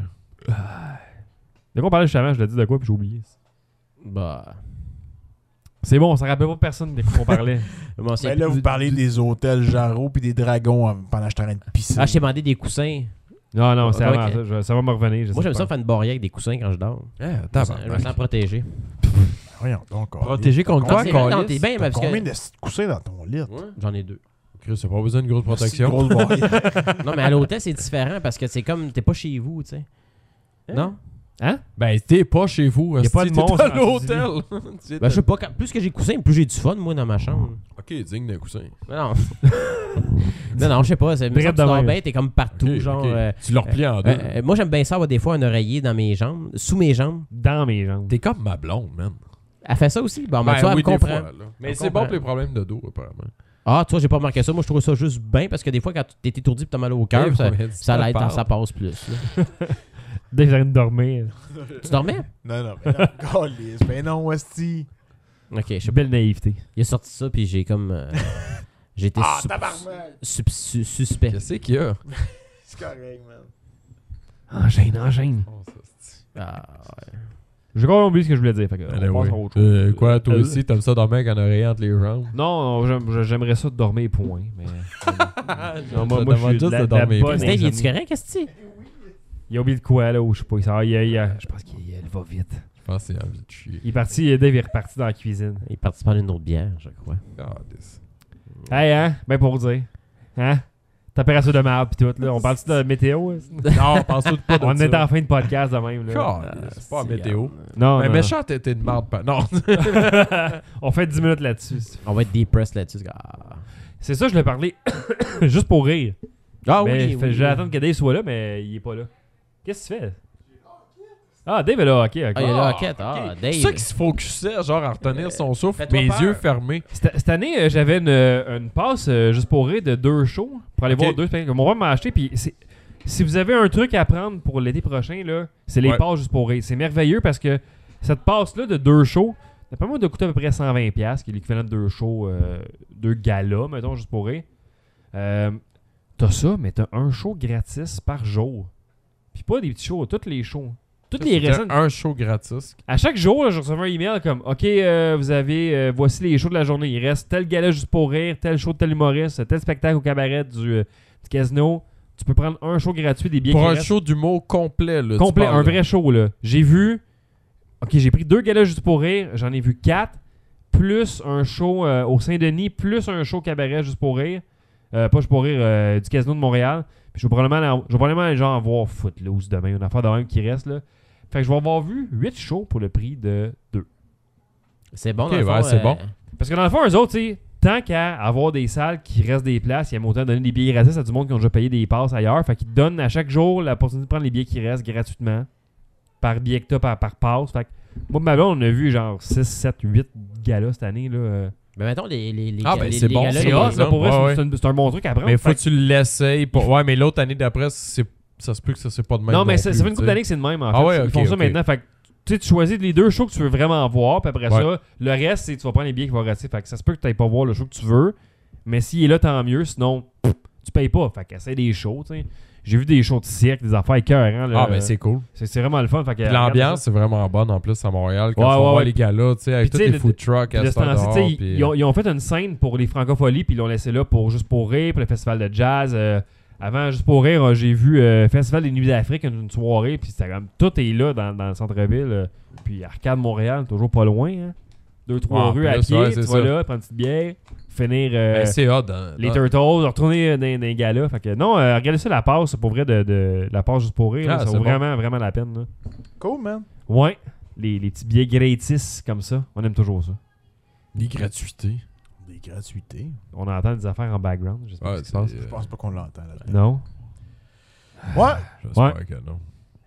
De quoi on parlait justement? Je l'ai dit de quoi, puis j'ai oublié. Bah... C'est bon, on s'en rappelle pas personne de quoi on parlait. Mais là, vous parlez des hôtels Jarreau puis des dragons pendant que je suis en train de pisser. Ah, je t'ai demandé des coussins. Non, c'est avant ça. Ça va me revenir. Moi, j'aime ça faire une barrière avec des coussins quand je dors. Je me sens protégé. Voyons donc. Protégé contre quoi, Carlis? T'es bien, parce combien que... de coussins dans ton lit? J'en ai 2. C'est pas besoin d'une grosse protection. Non, mais à l'hôtel, c'est différent parce que c'est comme t'es pas chez vous, tu sais. Non? Hein? Ben, t'es pas chez vous. Y'a pas de monstre à l'hôtel. Ben, je sais pas. Plus que j'ai coussins, plus j'ai du fun, moi, dans ma chambre. Ok, digne d'un coussin. Non. non, je sais pas. Tu dors bien, t'es comme partout, genre... tu le replies en deux. Moi, j'aime bien ça avoir des fois un oreiller dans mes jambes, sous mes jambes. Dans mes jambes. T'es comme ma blonde, man. Elle fait ça aussi? Bon, ben, tu vois, elle me comprend. Mais c'est bon pour les problèmes de dos, apparemment. Ah, toi, j'ai pas remarqué ça. Moi, je trouve ça juste bien parce que des fois, quand t'es étourdi et t'as mal au cœur, ça l'aide, ça passe plus. Dès que j'arrête de dormir. Tu dormais? Non, mais non, Westy. Ok, je sais pas. Belle naïveté. Il a sorti ça, puis j'ai comme... j'ai été suspect. Qu'est-ce qu'il y a? C'est correct, man. Enchaîne. Ah, ouais. J'ai quand même oublié ce que je voulais dire. Fait que on passe à autre chose. Quoi, toi aussi, t'aimes ça dormir avec un oreiller entre les jambes? Non, j'aimerais ça dormir, point. Mais... non, moi, je suis juste de dormir. Dave, il est-tu correct, qu'est-ce que il a oublié de quoi, là, ou je sais pas. Je pense qu'il va vite. Je pense qu'il a envie de chier. Il est parti, Dave est reparti dans la cuisine. Il est parti prendre une autre bière, je crois. Hey, hein? Ben pour dire. Hein? Température de merde pis tout, là. On parle-tu de météo? Non, on pense tout pas de ça. On est en fin de podcast de même, là. C'est pas en météo. Non, mais méchant, t'es une merde. Non. On fait 10 minutes là-dessus. On va être depressed là-dessus. C'est ça, je l'ai parlé juste pour rire. Ah mais oui. Je vais attendre que Dave soit là, mais il est pas là. Qu'est-ce que tu fais? Ah, Dave est là, ok. Ah, il est là, ok. Ah, Dave. C'est ça qui se focusait, genre à retenir son souffle, mes yeux fermés. Cette année, j'avais une passe juste pour rire de 2 shows pour aller voir 2 spectacles que mon père m'a acheté. Puis si vous avez un truc à prendre pour l'été prochain, là, c'est les passes juste pour rire. C'est merveilleux parce que cette passe-là de 2 shows, d'après moi, doit coûter à peu près 120$, qui est l'équivalent de 2 shows, 2 galas, mettons, juste pour rire. T'as ça, mais t'as un show gratis par jour. Puis pas des petits shows, tous les shows. Toutes les récentes. Un show gratis. À chaque jour, là, je recevais un email comme OK, vous avez voici les shows de la journée. Il reste tel gala juste pour rire, tel show de tel humoriste, tel spectacle au cabaret du casino. Tu peux prendre un show gratuit des billets. Pour un show d'humour complet, là. Complet, un vrai show, là. J'ai vu. OK, j'ai pris 2 galas juste pour rire. J'en ai vu 4. Plus un show au Saint-Denis, plus un show cabaret juste pour rire. Pas juste pour rire, du casino de Montréal. Puis je vais probablement les gens en voir Footloose demain. Une affaire de même qui reste, là. Fait que je vais avoir vu 8 shows pour le prix de 2. C'est bon, dans le fond, c'est bon. Parce que dans le fond, eux autres, tant qu'à avoir des salles qui restent des places, il y a autant de donner des billets gratis à du monde qui ont déjà payé des passes ailleurs. Fait qu'ils te donnent à chaque jour l'opportunité de prendre les billets qui restent gratuitement. Par billet que t'as, par passe. Fait que moi, ma blonde, on a vu genre 6, 7, 8 galas cette année, là. Mais mettons, les c'est bon. galas, C'est hot, pour vrai, c'est un bon truc à prendre. Mais faut que tu l'essayes. Ouais, mais l'autre année d'après, ça se peut que ça c'est pas de même. Non, mais ça fait une couple d'années que c'est de même, en fait. Ah ouais, ils font ça maintenant. Fait que tu choisis les 2 shows que tu veux vraiment voir, puis après ça, le reste, c'est tu vas prendre les billets qui vont rester. Fait que ça se peut que tu n'ailles pas voir le show que tu veux, mais s'il est là, tant mieux. Sinon, tu payes pas. Fait qu'essaie des shows, tu sais. J'ai vu des shows de cirque, des affaires écœurantes. Ah, ben c'est cool. C'est vraiment le fun. Fait que, l'ambiance, c'est vraiment bonne en plus à Montréal. Quand on voit les galas, tu sais, avec tous les food trucks à ce temps-là. Ils ont fait une scène pour les francopholies, puis ils l'ont laissé là pour Juste pour rire, pour le festival de jazz. Avant, Juste pour rire, j'ai vu Festival des Nuits d'Afrique, une soirée, puis c'était comme tout est là dans le centre-ville. Puis Arcade Montréal, toujours pas loin. Hein. 2-3 rues à pied, tu vas là, prends une petite bière. finir c'est hot. les Turtles, retourner dans les galas. Fait que non, regardez ça, la passe, pour vrai, de la passe juste pour rire. Ça vaut vraiment, vraiment la peine. Là. Cool, man. Ouais, les petits billets gratis comme ça, on aime toujours ça. Les gratuités. Des gratuités. On entend des affaires en background. J'espère que ça se passe. Je pense pas qu'on l'entend là-dedans. Non. Ouais. J'espère que non.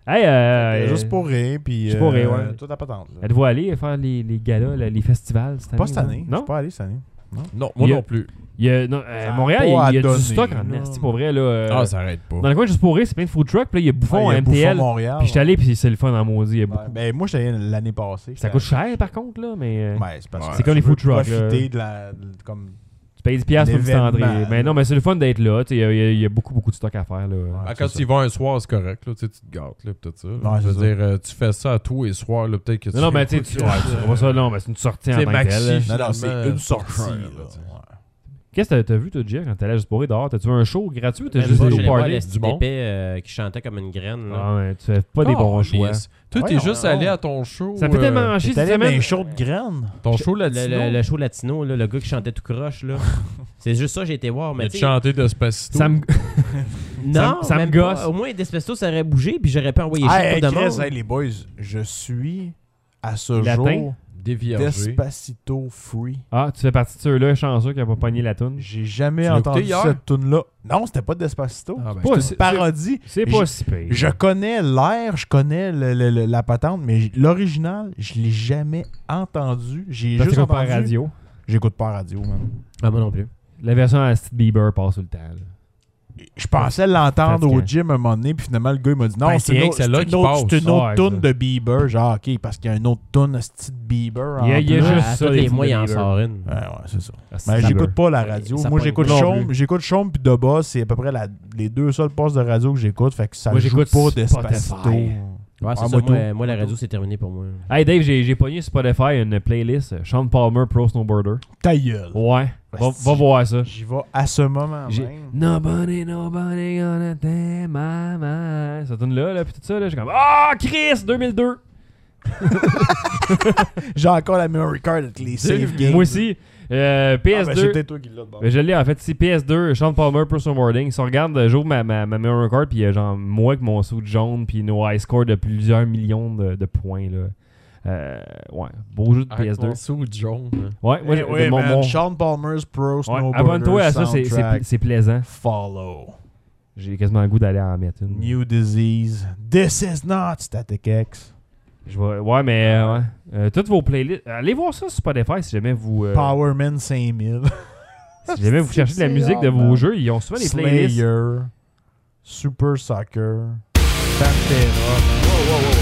Hey, juste pour rire, puis juste pour rire, ouais. tout à patente. Êtes-vous allé faire les galas, les festivals cette année? Pas cette année. Je Non? suis pas allé cette année. Non, moi non plus. Montréal, il y a du stock en là. esti pour vrai. Là, Ça arrête pas. dans le coin juste pour rire, c'est plein de food trucks. Puis là, il y a Bouffon à Bouffon MTL. Montréal. Puis j'étais allé, puis c'est le fun en maudit. Il y a beaucoup. Ben, moi, j'étais allé l'année passée. Ça coûte cher par contre, là, mais C'est parce que c'est comme les food trucks. profiter de la... Comme... Tu payes 10$ pour une petite entrée. L'événement, Mais non, mais c'est le fun d'être là. Il y a beaucoup de stock à faire. Là. Quand tu y vas un soir, c'est correct. Là, tu te gâtes. Là, tout ça. Ouais, je veux dire, tu fais ça à tous les soirs. Là, peut-être que tu non, mais tu sais, ça, non, mais c'est une sortie en tant que telle. Non, c'est une sortie. Qu'est-ce que t'as vu, toi, Jeff, quand t'allais juste pour rire dehors? T'as-tu vu un show gratuit ou t'as Même juste pas, des j'allais voir parties? le petit épée qui chantait comme une graine. Là. Ah ouais, tu fais pas des bons choix. Toi, t'es juste allé à ton show. Ça fait tellement chier T'es cette allé dans semaine. un show de graines. Ton show latino. Le show latino, là, le gars qui chantait tout croche. Là. C'est juste ça que j'ai été voir. Mais tu chanté Despacito. Ça me... Non, ça me même gosse. pas. Au moins, Despacito, ça aurait bougé, puis j'aurais pu envoyer Hey, chier de Chris, monde. hey, les boys, je suis à ce Latin? jour Déviergé. Despacito free. Ah, tu fais partie de ceux-là chanceux qui n'ont pas pogné la toune. J'ai jamais Tu l'as entendu écouté hier? cette tune-là. Non, c'était pas Despacito. Ah, ben, Pas- C'était une parodie. C'est pas si pire. Je connais l'air, je connais la patente, mais l'original, je l'ai jamais entendu. J'ai Parce juste que pas entendu. à radio. J'écoute pas à radio, man. Ah, moi non plus. La version à Steve Bieber passe tout le temps. là. Je pensais l'entendre Fatigant. au gym un moment donné, puis finalement, le gars, il m'a dit non, Ben, c'est c'est une rien autre, que celle-là c'est qui une autre, passe. c'est une autre Ouais, tune ça. de Bieber. Genre, OK, parce qu'il y a une autre tune, style Bieber. Il y a plus. juste À ça, tous les les tunes mois, de il en Bieber. sort une. Ouais, c'est ça. Ah, Mais Steve j'écoute Bieber. pas la radio. Ça Moi, pogne j'écoute non Chaume, plus. j'écoute Chaume puis Deba, c'est à peu près les deux seuls postes de radio que j'écoute. Fait que ça Moi, joue j'écoute pas Spotify. Despacito. Ouais, c'est Ah, ça. moi, Moi, la radio, c'est terminé pour moi. Hey Dave, j'ai pogné sur Spotify une playlist Sean Palmer Pro Snowboarder. Ta gueule. Ouais. Va Asti. voir ça. J'y vais à ce moment J'ai même. Nobody gonna take my mind. Ça tourne là, puis tout ça, là. J'ai comme Ah, Chris, 2002. J'ai encore la memory card avec les save games. Moi aussi. Ah, ben, c'est PS2. peut-être toi qui l'as de bord. Mais je l'ai en fait, c'est PS2, Sean Palmer Pro Snowboarding. Si on regarde, j'ouvre ma memory card, puis il y a genre moi avec mon suit jaune, puis nos high score de plusieurs millions de points, là. Ouais, beau jeu de PS2. Sous jaune. Ouais, moi, Oui, man, Sean Palmer's Pro ouais, Snowboarder abonne-toi à ça, soundtrack. c'est plaisant. Follow. J'ai quasiment le goût d'aller en mettre une. New disease. This is not Static X. Ouais, mais ouais. Toutes vos playlists. Allez voir ça sur Spotify si jamais vous. Powerman 5000. Si jamais vous cherchez de la musique de vos jeux, ils ont souvent des playlists. Slayer. Super Soccer. Pantera.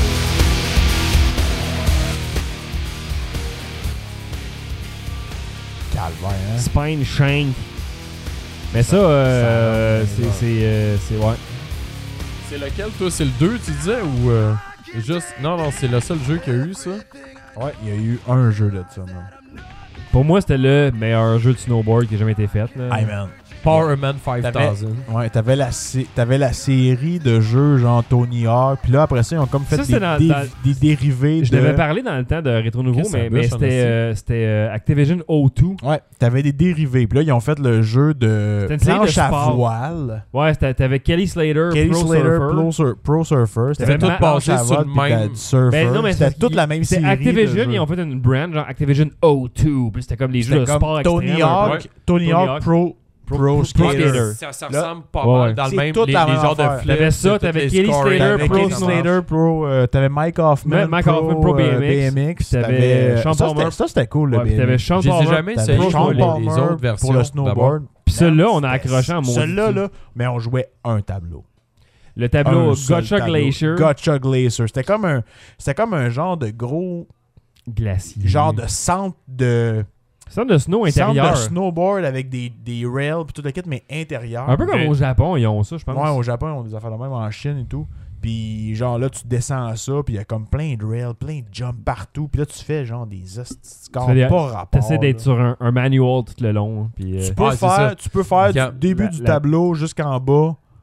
Calvaire, hein? Spine Shank. Mais ça, c'est. Ouais. C'est lequel, toi? C'est le 2, tu disais? Ou juste... Non, c'est le seul jeu qu'il y a eu, ça. Ouais, il y a eu un jeu de ça, man. Pour moi, c'était le meilleur jeu de snowboard qui a jamais été fait. Là. Hey, man. Powerman 5000. Ouais, t'avais la série de jeux genre Tony Hawk, puis là après ça ils ont comme fait Ça, c'est des dérivés Je de... devais parler dans le temps de Rétro Nouveau, Qu'est-ce que ça mais bûche, c'était Activision O2. Ouais, t'avais des dérivés, puis là ils ont fait le jeu de C'était une série planche de à sport. voile. Ouais, t'avais Kelly Slater, Kelly Pro Slater, Surfer. Pro Surfer. C'était tout planche basé à sur voile, le puis même- du surfer. Ben non, mais c'était c'est- toute la même C'est série. Activision, de jeux. ils ont fait une brand, genre Activision O2. Puis c'était comme des jeux de C'était sport comme Tony extrême. un peu. Hawk, Tony Hawk Pro Skater. Ça Là, ressemble pas ouais, mal dans le c'est même... toute Les la même genres de affaire. flips. T'avais ça, c'est t'avais toutes les Kelly scoring. Slater, T'avais Pro Kelly Snowboard. Slater Pro, t'avais Mike Hoffman, Mike Hoffman, Pro BMX. T'avais Sean ça, Palmer. c'était cool le Ouais, puis t'avais BMX. Sean Je les ai Palmer. jamais T'avais essayé Sean les Palmer autres versions. pour le snowboard. Puis celui-là, on a C'était- accroché en mode. Celui-là, là, mais on jouait un tableau. Le tableau Un seul Gotcha tableau. Glacier. Gotcha Glacier. C'était comme un genre de gros... Glacier. Genre de centre de... Centre de snow Centre intérieur. de snowboard avec des rails puis tout le kit, mais intérieur. Un peu comme Ok. au Japon, ils ont ça, je pense. Ouais, au Japon, ils ont des affaires de même, en Chine et tout. Puis genre là, tu descends à ça, puis il y a comme plein de rails, plein de jumps partout. Puis là, tu fais genre des scores fais des- pas rapport. T'essaies d'être là. sur un manual tout le long. Puis, Tu peux c'est ça. faire Quand- du début du tableau jusqu'en bas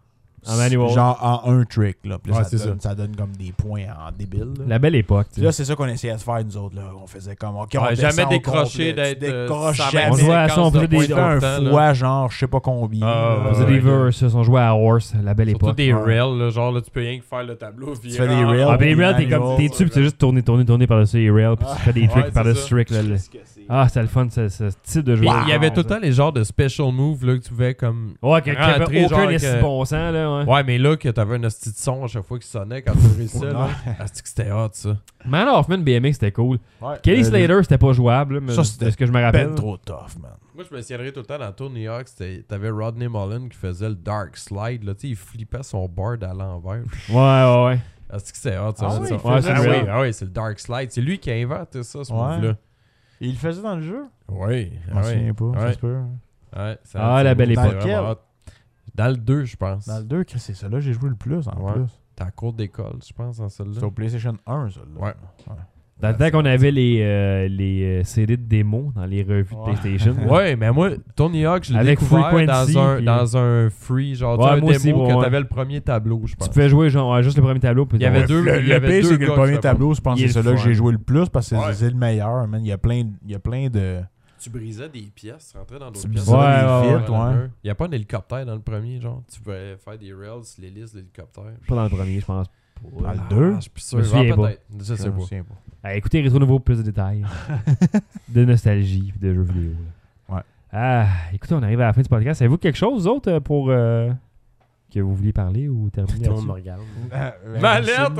En manual. Genre en un trick. Là. Puis là, Ouais, ça donne comme des points en débile. Là. La belle époque. Puis là, c'est ça qu'on essayait de faire, nous autres. Là. On faisait comme. OK, on Ouais, descend jamais au décroché complet. d'être. Tu décroches ça jamais. On jouait à ça, on faisait des un fois, genre, je sais pas combien. On faisait des versus, on jouait à Horse, la belle Surtout époque. des rails, là, genre là, tu peux rien que faire le tableau. Tu fais des rails. Ah, ben les rails, t'es manual, comme. T'es dessus, pis tu fais juste tourner par-dessus les rails, pis tu fais des tricks ouais, par-dessus c'est tricks. Là, Ah, c'était le fun, ce type de jeu. Il y avait tout le temps les genres de special moves là, que tu pouvais comme. Ouais, qu'il y avait rentrer, genre, aucun avec, esti bon sens, là. Ouais. Ouais, mais là, que t'avais un hostie de son à chaque fois qu'il sonnait quand tu réussissais, là. Ouais. C'est que c'était hot, ça. Man Hoffman BMX, c'était cool. Ouais. Kelly Slater, c'était pas jouable, mais ça, c'est ce que je me rappelle. Ben trop tough, man. Moi, je me tiendrais tout le temps dans Tony Hawk. T'avais Rodney Mullen qui faisait le Dark Slide, là. Tu sais, il flippait son board à l'envers. Ouais. C'est que c'était hot, ça. Ah ça. oui, Ouais, c'est vrai. Ah oui, c'est le Dark Slide. C'est lui qui a inventé ça, ce Ouais. move-là. Et il le faisait dans le jeu? Oui. Je m'en souviens pas, ça se peut. Ouais, Ah, la belle c'est époque. vraiment hot. Dans le 2, je pense. Dans le 2, Chris, c'est ça là j'ai joué le plus en Ouais. plus. T'es en cours d'école, je pense, dans celle-là. C'est au PlayStation 1, ça. Là. Ouais. Dans le temps qu'on avait les CD de démos dans les revues de PlayStation. Ouais, mais moi, Tony Hawk, je l'ai Avec découvert Frequency, dans un free, genre Ouais, un moi démo aussi, que ouais. t'avais le premier tableau, je pense. Tu pouvais jouer genre juste le premier tableau. Puis Il y avait deux. Le il y avait pire, deux c'est que gars le qui premier faisaient tableau, je pense Il que est c'est celui-là que fun. j'ai joué le plus parce que Ouais. c'est le meilleur, man. Il y a plein de. Tu brisais des pièces, tu rentrais dans Tu d'autres brisais pièces. des Ouais, vitres, ouais. Il n'y a pas un hélicoptère dans le premier, genre. Tu pouvais faire des rails, l'hélice de l'hélicoptère. Pas dans le premier, je pense. Dans le 2? Je suis plus sûr. Je me souviens Ah, pas. peut-être. Je sais pas. Écoutez Rétro Nouveau pour plus de détails. De nostalgie et de jeux vidéo. Là. Ouais. Ah, écoutez, on arrive à la fin du podcast. Avez-vous quelque chose d'autre pour que vous vouliez parler ou terminer Tout le monde me là-dessus? regarde. Malette,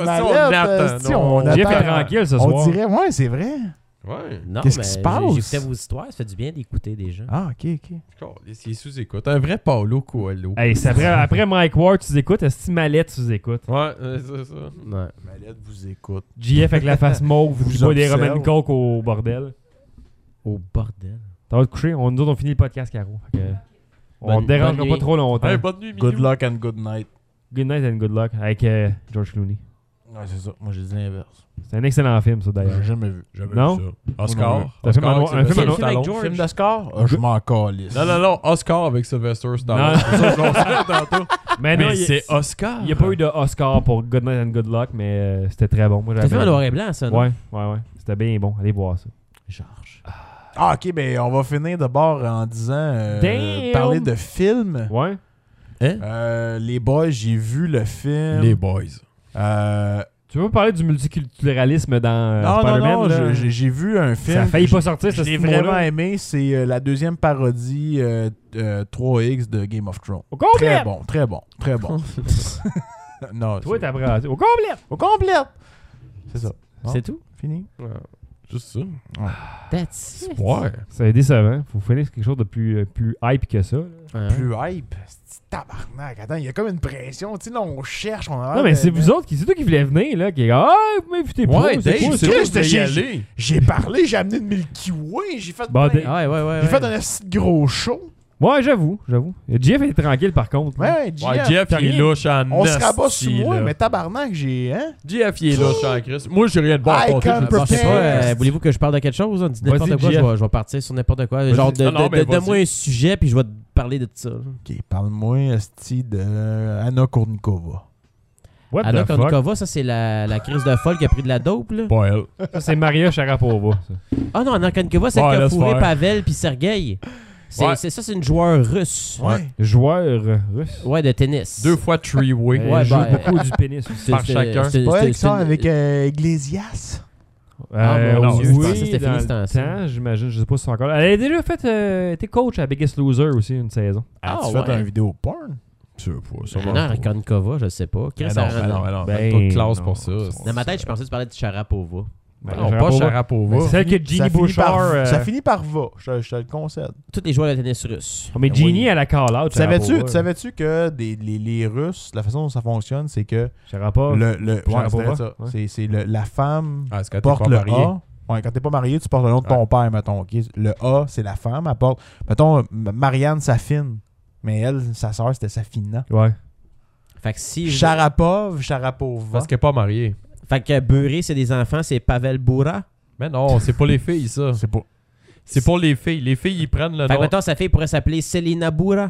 si on attend. Jeff est attend. tranquille ce On soir. dirait, ouais, c'est vrai. Ouais. Non, Qu'est-ce mais qui se passe? j'écoutais vos histoires, ça fait du bien d'écouter des gens. Ah, ok. Il sous-écoute. Un vrai Paolo Coelho. Hey, c'est après Mike Ward, tu écoutes. Est-ce que Mallette, tu écoutes? Ouais, c'est ça. Ouais. Malette vous écoute. JF avec la face mauve, Vous vous boit des observe. Roman Coke au bordel. Au bordel. T'as vas te coucher? Nous autres, on finit le podcast, Caro. Fait que on Bonne- te dérangera bonne pas nuit. trop longtemps. Hey, bonne nuit, Good Minou. luck and good night. Good night and good luck avec George Clooney. Ouais, c'est ça. Moi, j'ai dit l'inverse. C'est un excellent film, ça, d'ailleurs. J'ai jamais vu. Non? Oscar. C'est un film à noir- un film à Sylvester noir- Stallone. George. Film de score? Ah, je m'en calisse. Non, Oscar avec Sylvester Stallone. Non. C'est ça qu'on sait tantôt. Mais non, Mais il c'est Oscar. n'y a pas eu de Oscar pour Good Night and Good Luck, mais c'était très bon. Moi, T'as fait un noir et blanc, ça, non? Ouais. C'était bien bon. Allez voir ça. Georges. Ah, ok, ben on va finir d'abord en disant Damn! parler de films. Ouais. Les boys, j'ai vu le film. Les boys. Tu veux pas parler du multiculturalisme dans Non, Spider-Man? là? j'ai vu un film. Ça a failli que pas sortir, je ce l'ai film-là. vraiment aimé. C'est la deuxième parodie 3X de Game of Thrones. Au complet! Très bon. Non, Toi, c'est- t'as brassé. Au complet! au complet. C'est ça. Non? C'est tout? Fini. Juste ça. That's it. Ouais. C'est décevant. Faut finir quelque chose de plus hype que ça. là. Ouais. Plus hype. C'est tabarnak. Attends, il y a comme une pression. Tu sais, là, on cherche. On a Non, mais c'est vous autres c'est toi qui voulez venir, là, qui est comme, ah, vous m'invitez pas. Ouais, c'est Dave, cool, c'est c'est toi cool. qui devais y j'ai- aller. J'ai parlé, j'ai amené une Milky Way. J'ai fait, Bon, plein- Ouais. j'ai fait un petit gros show. Ouais, j'avoue. Jeff est tranquille, par contre. là. Ouais, Ouais, GF. Jeff, t'as il est rien. louche en On se esti, rabat sur moi, là. mais tabarnak, j'ai. Hein? Jeff, il est louche en Christ. Moi, j'ai rien de bon à I compter. can je le Bon, je sais pas, prepare. voulez-vous que je parle de quelque chose? Dis n'importe Vas-y, quoi, Jeff. je vais partir sur n'importe quoi. Genre, Non, mais donne-moi vas-y. un sujet, puis je vais te parler de ça. là. Ok, parle-moi, esti, de Anna Kournikova. What Anna the fuck? Kournikova, ça, c'est la crise de folle qui a pris de la dope, là. Pas elle. Ça, c'est Maria Sharapova. ça. Ah non, Anna Kournikova, c'est Ouais, celle qui a laisse fourré faire. Pavel puis Sergei. Ouais. C'est une joueur russe. Ouais. Joueur russe. Ouais, de tennis. 2 fois three-way. Elle Ouais, joue ben, beaucoup du pénis aussi. C'est- par c'est- chacun. c'est- C'est pas elle qui c'est sort une- avec Iglesias. Ah, mon Dieu, je oui, pensais que c'était dans fini ce le temps-ci. temps, j'imagine. Je sais pas si c'est encore là. Elle a déjà fait été coach à Biggest Loser aussi une saison. As-tu Ah, fait ouais. un vidéo porn? Tu veux pas, ça Anna Kournikova, je sais pas. Chris, Non, Anna- Ben, pas de classe non. pour ça. Dans ma tête, je pensais que tu parlais de Sharapova. Ben, Non, pas Sharapova. C'est celle que Jeannie Ça finit Bouchard. par- Ça finit par va, je te le concède. Tous les joueurs de tennis russes. Oh, mais Jeannie, elle a call-out. Savais-tu que les Russes, la façon dont ça fonctionne, c'est que Sharapova. ouais, Sharapova, c'est ça. ouais. C'est la femme Ah, est-ce que t'es porte pas le marié? A. Ouais, quand t'es pas marié, tu portes le nom de ton père, mettons. ok? Le A, c'est la femme. Elle porte, mettons, Marianne Safine. Mais elle, sa sœur, c'était Safina. Ouais. Fait que si. Sharapova. Parce qu'elle est pas mariée. Fait que Beurré, c'est des enfants, c'est Pavel Boura. Mais non, c'est pour les filles, ça. C'est pas. C'est pour les filles. Les filles, ils prennent le Fait que nom. maintenant, sa fille pourrait s'appeler Selina Boura.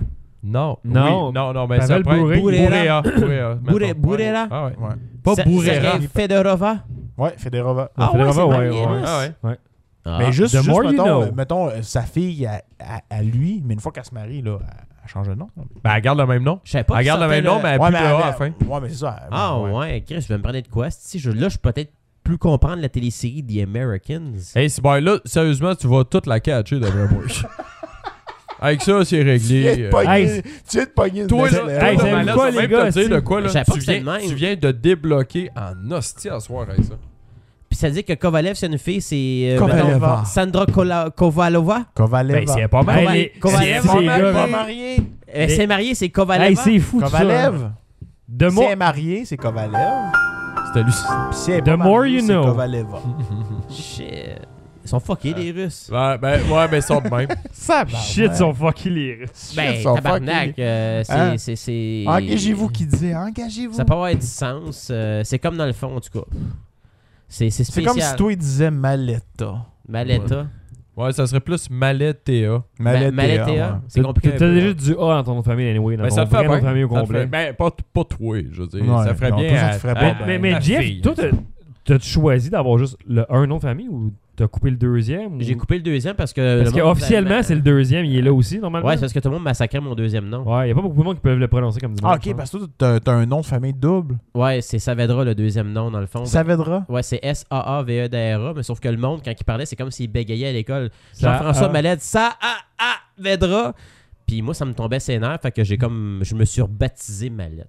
Non. Non. Oui, non, mais ça Pavel pourrait Bourrera. Bourrera. Ah ouais. Pas Bourrera. Sergei Fedorova. Ouais, Fedorova. Ah Fedorova, ouais, ouais, c'est ouais. russe. Ah ouais. Ah. Mais juste The more you know. mettons, sa fille à lui, mais une fois qu'elle se marie, là, elle change de nom. Ben, elle garde le même nom. Je savais pas. Elle garde le même nom, mais elle Ouais, a mais plus de A à la fin. ouais, mais c'est ça. Ah ouais, Chris, je vais me prendre de quoi? Si là, je peux peut-être plus comprendre la télésérie The Americans. Hey, c'est bon, là, sérieusement, tu vas toute la catcher d'après moi. Avec ça, c'est réglé. Tu viens de pogner une Toi, belle là, Hey, toi, c'est malade, quoi, je vais les même gars, te dire de si? quoi, là. Je savais pas Tu que c'était viens, le même. tu viens de débloquer en hostie à soir avec ça. Puis ça dit que Kovalev, c'est une fille, c'est Kovaleva. mettons, Sandra Kovalova. Kovaleva. Ben, c'est pas mal. Kovalev. C'est pas les gars, pas mais- marié. C'est marié, c'est Kovaleva. Hey, c'est fou, tout ça. Kovalev. De Si moi. elle est mariée, c'est Kovalev. C'était lui. Puis si elle est The pas more mariée, you c'est know. Kovaleva. Shit. Ils sont fuckés, les Russes. Ouais, mais ça de même. Ça Shit, sont fucking les Russes. Ben, sont tabarnak, fucking- Hein? c'est... Engagez-vous qui disait, engagez-vous. Ça peut avoir du sens. C'est comme dans le fond, en tout cas. C'est C'est spécial. comme si toi, il disais Maletta. Maletta. Ouais, ça serait plus Maletta. Maletta. ouais. C'est compliqué. T'as déjà du A dans ton nom de famille, anyway. Dans Ben, ton ça le fait vrai nom de bien. famille au Ça le complet. fait- Ben, pas toi, je veux dire. Ouais, ça ferait non, bien toi, ça à, te ferait à- pas Mais à Jeff, fille, toi, ça. t'as-tu choisi d'avoir juste le un nom de famille ou t'as coupé le deuxième? J'ai coupé le deuxième parce que... Parce qu'officiellement, c'est le deuxième, il est là aussi, normalement. Ouais, c'est parce que tout le monde massacrait mon deuxième nom. Ouais, y a pas beaucoup de monde qui peuvent le prononcer comme du monde. Ah, ok, parce que toi, t'as un nom de famille double. Ouais, c'est Saavedra, le deuxième nom, dans le fond. Saavedra. Ouais, c'est S-A-A-V-E-D-R-A, mais sauf que le monde, quand il parlait, c'est comme s'il bégayait à l'école. Ça, Jean-François Mallet, Saavedra. Puis moi, ça me tombait ses nerfs, fait que je me suis rebaptisé Mallette.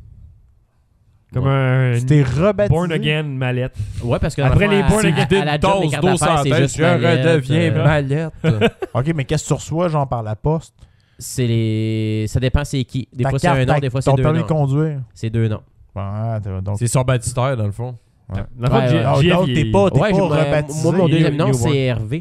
Comme un Tu t'es rebaptisé. born again mallette. Ouais, parce que Après les born à, again, à la job, les cartes d'affaires, c'est juste je Mallette, redeviens Mallette. Ok, mais qu'est-ce que tu reçois, genre, par la poste? c'est les... Ça dépend c'est qui. Des Ta fois c'est carte, un nom, des fois c'est ton deux permis noms. de conduire. C'est deux noms. Ah, donc... C'est son baptistère, dans le fond. Ouais. Dans le fond, Ouais, J- ouais. Ah, JF, donc, il t'es est- pas Ouais, rebaptisé. moi, mon deuxième nom, Newborn. c'est Hervé.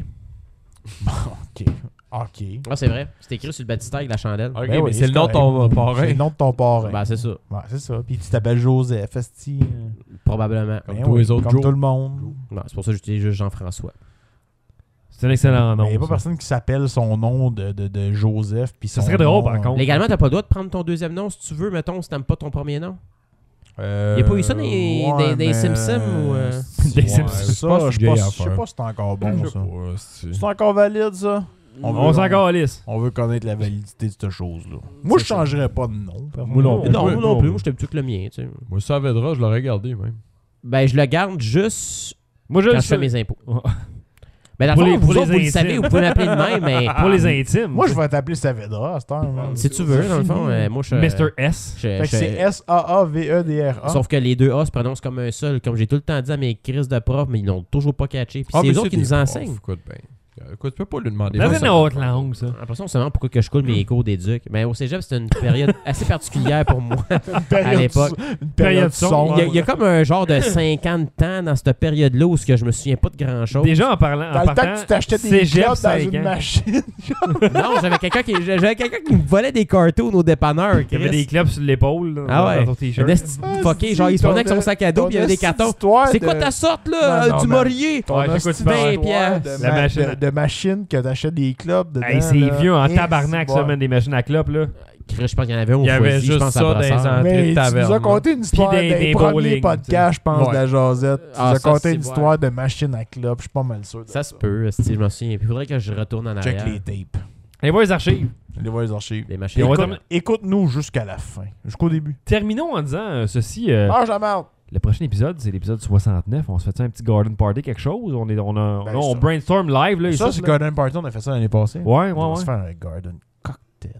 Ok. Ok. Ah, c'est vrai. C'est écrit sur le baptistère avec la chandelle. Ok, Ben oui, mais c'est le nom de correct. ton parrain. C'est le nom de ton parrain. Ben, c'est ça. Ouais, c'est ça. Puis tu t'appelles Joseph, esti. Probablement. Comme tous les autres comme Joe. tout le monde. Non, c'est pour ça que j'utilise juste Jean-François. C'est un excellent nom. Il n'y a pas ça. personne qui s'appelle son nom de Joseph. Puis Ça son serait drôle, nom, par contre. Légalement, t'as pas le droit de prendre ton deuxième nom si tu veux, mettons, si t'aimes pas ton premier nom. Y a pas eu ça dans les Simpsons ou, Des Ouais, Simpsons. ça, je vieille sais affaire. pas si c'est encore bon, Je sais ça. pas, c'est- C'est encore valide, ça? On s'en calisse. On veut connaître la validité de cette chose-là. Moi, je changerais pas de nom. Moi non plus. Non, Ouais, moi non plus. Moi, j'étais plus que le mien, tu sais. Moi, Saavedra, je l'aurais gardé, même. Ben, je le garde juste Moi, je quand le je fais sais. mes impôts. Ouais. Ben, dans Pour le les- fond, pour vous les autres, vous le intimes. savez, vous pouvez m'appeler de même, mais Pour les intimes. Moi, je vais t'appeler Saavedra à cette heure. man. si tu veux, dans le fond, moi, je... Mr. S. je- Fait que je- c'est S-A-A-V-E-D-R-A. Sauf que les deux A se prononcent comme un seul, comme j'ai tout le temps dit à mes crises de profs, mais ils n'ont toujours pas catché. Puis c'est eux autres qui nous enseignent. Écoute, ben. Écoute, tu peux pas lui demander. Dans pas une ça. autre langue, ça. Après ça, on se demande pourquoi que je coule mes cours d'éduc. Mais au cégep, c'était une période assez particulière pour moi à l'époque. Une Période période sombre. sombre. Il y a comme un genre de 50 ans dans cette période-là où je me souviens pas de grand-chose. Déjà, en parlant. Dans en le temps partant, que tu t'achetais des cégep, clopes dans 5 une ans. machine. Non, j'avais quelqu'un qui me volait des cartoons au dépanneur. Il y avait des clubs sur l'épaule. là, Ah ouais. Dans ton t-shirt. Un esti de fucké, genre il se promenait avec son sac à dos puis il y avait des cartons. C'est quoi ta sorte là, Non, du mais- Maurier? Ton Ouais, je sais quoi hostie tu parles. d'histoire de La machine. de machine que t'achètes des clopes dedans. Hey, c'est là. vieux en Hey, tabarnak, c'est ça, bon. man, des machines à clopes, là. Je pense qu'il y en avait un au Il y avait Foisy, je juste pense ça à dans les Brassard. entrées Mais de tu taverne. nous as conté une histoire Puis des des premiers bowling, podcasts, je pense, Ouais. de la Josette. Tu Ah, nous as ça, conté c'est une vrai. histoire de machine à clopes. Je suis pas mal sûr de Ça se peut, esti, je m'en souviens. Il faudrait que je retourne en Check arrière. les tapes. Allez voir les archives. Allez voir les archives. Les machines. Et on va Écoute- terminer- Écoute-nous jusqu'à la fin. Jusqu'au début. Terminons en disant ceci. Mange la merde. Le prochain épisode, c'est l'épisode 69. On se fait un petit garden party, quelque chose? On ça. brainstorm live, là. Ça, ici, c'est là. Garden Party. On a fait ça l'année passée. Ouais, On va ouais, se ouais. faire un Garden Cocktail.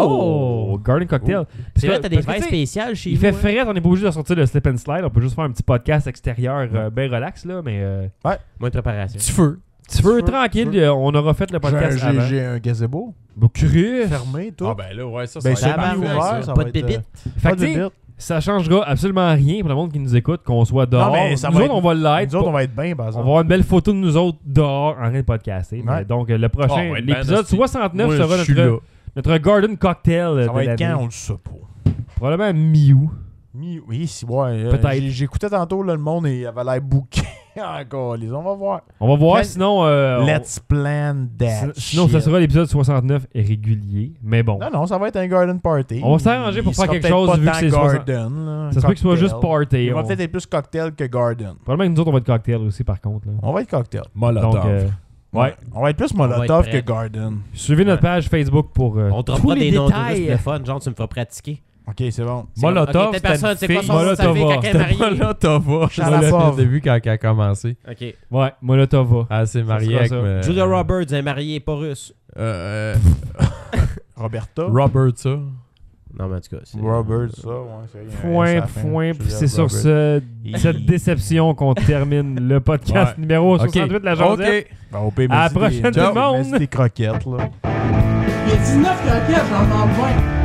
Oh! Garden cocktail. C'est vrai, t'as des parce que, vins tu sais, spéciales chez Il vous. fait hein? frais, on n'est pas obligé de sortir le slip and slide. On peut juste faire un petit podcast extérieur bien relax, là. Mais Moins de préparation. Petit feu. petit feu feu, tranquille, petit feu. on aura fait le podcast avant. J'ai un gazebo Bon, curieux. fermé, tout. Ah, ben là, ouais, ça, Ben, ça va être celui parfait, ouvert, ça. ça Pas va de être, pépites. Fait Pas que, de tu sais, bite. ça changera absolument rien pour le monde qui nous écoute, qu'on soit dehors. Non, mais ça nous va autres, être- on va l'être. Nous autres, on va être bien, par On va exemple. avoir une belle photo de nous autres dehors en train de podcaster. Mais Ouais. donc, le prochain, Oh, ouais, ben, l'épisode hostie. 69 Moi, sera je suis là. notre garden cocktail Ça de va être l'année. quand, on le sait pas. Probablement mi-août. Oui, si, ouais. Peut-être. J'écoutais tantôt, là, le monde il avait l'air bouqué. Encore, on va voir. On va voir, Quand- sinon... Let's plan that Sinon, shit. ça sera l'épisode 69 régulier. Mais bon. Non, ça va être un garden party. On va s'arranger pour Il faire sera quelque peut-être chose pas vu que tant c'est garden. Là, Ça se peut qu'il soit cocktail. juste party. Il va On- peut-être être plus cocktail que garden. Probablement que nous autres, on va être cocktail aussi, par contre. Là. On va être cocktail. Molotov. Donc, ouais. On va être plus va Molotov être que prêt. garden. Suivez notre page Facebook pour On te tous reprend les des noms détails. touristes le fun, genre tu me feras pratiquer. Ok, c'est bon. Molotov, Ok, telle personne, c'est quoi son nom de sa Molotova. fille quand elle est mariée? Molotova. Sharapov. Au début, quand elle a commencé. Ok. Ouais, Molotova. Elle s'est mariée sera avec... ça. Julia Roberts est mariée, pas russe. Roberta. Robert, ça. Non, mais en tout cas, c'est... Robert, ça, ouais. c'est- Point, ça a fait. point. Julia Puis c'est sur Roberts. cette déception qu'on termine le podcast Ouais. numéro Ok. 68 de la Josette. OK. Ben, au pire, À la merci prochaine, des- tout le monde. merci des croquettes, là. Il y a 19 croquettes, j'en demande 20.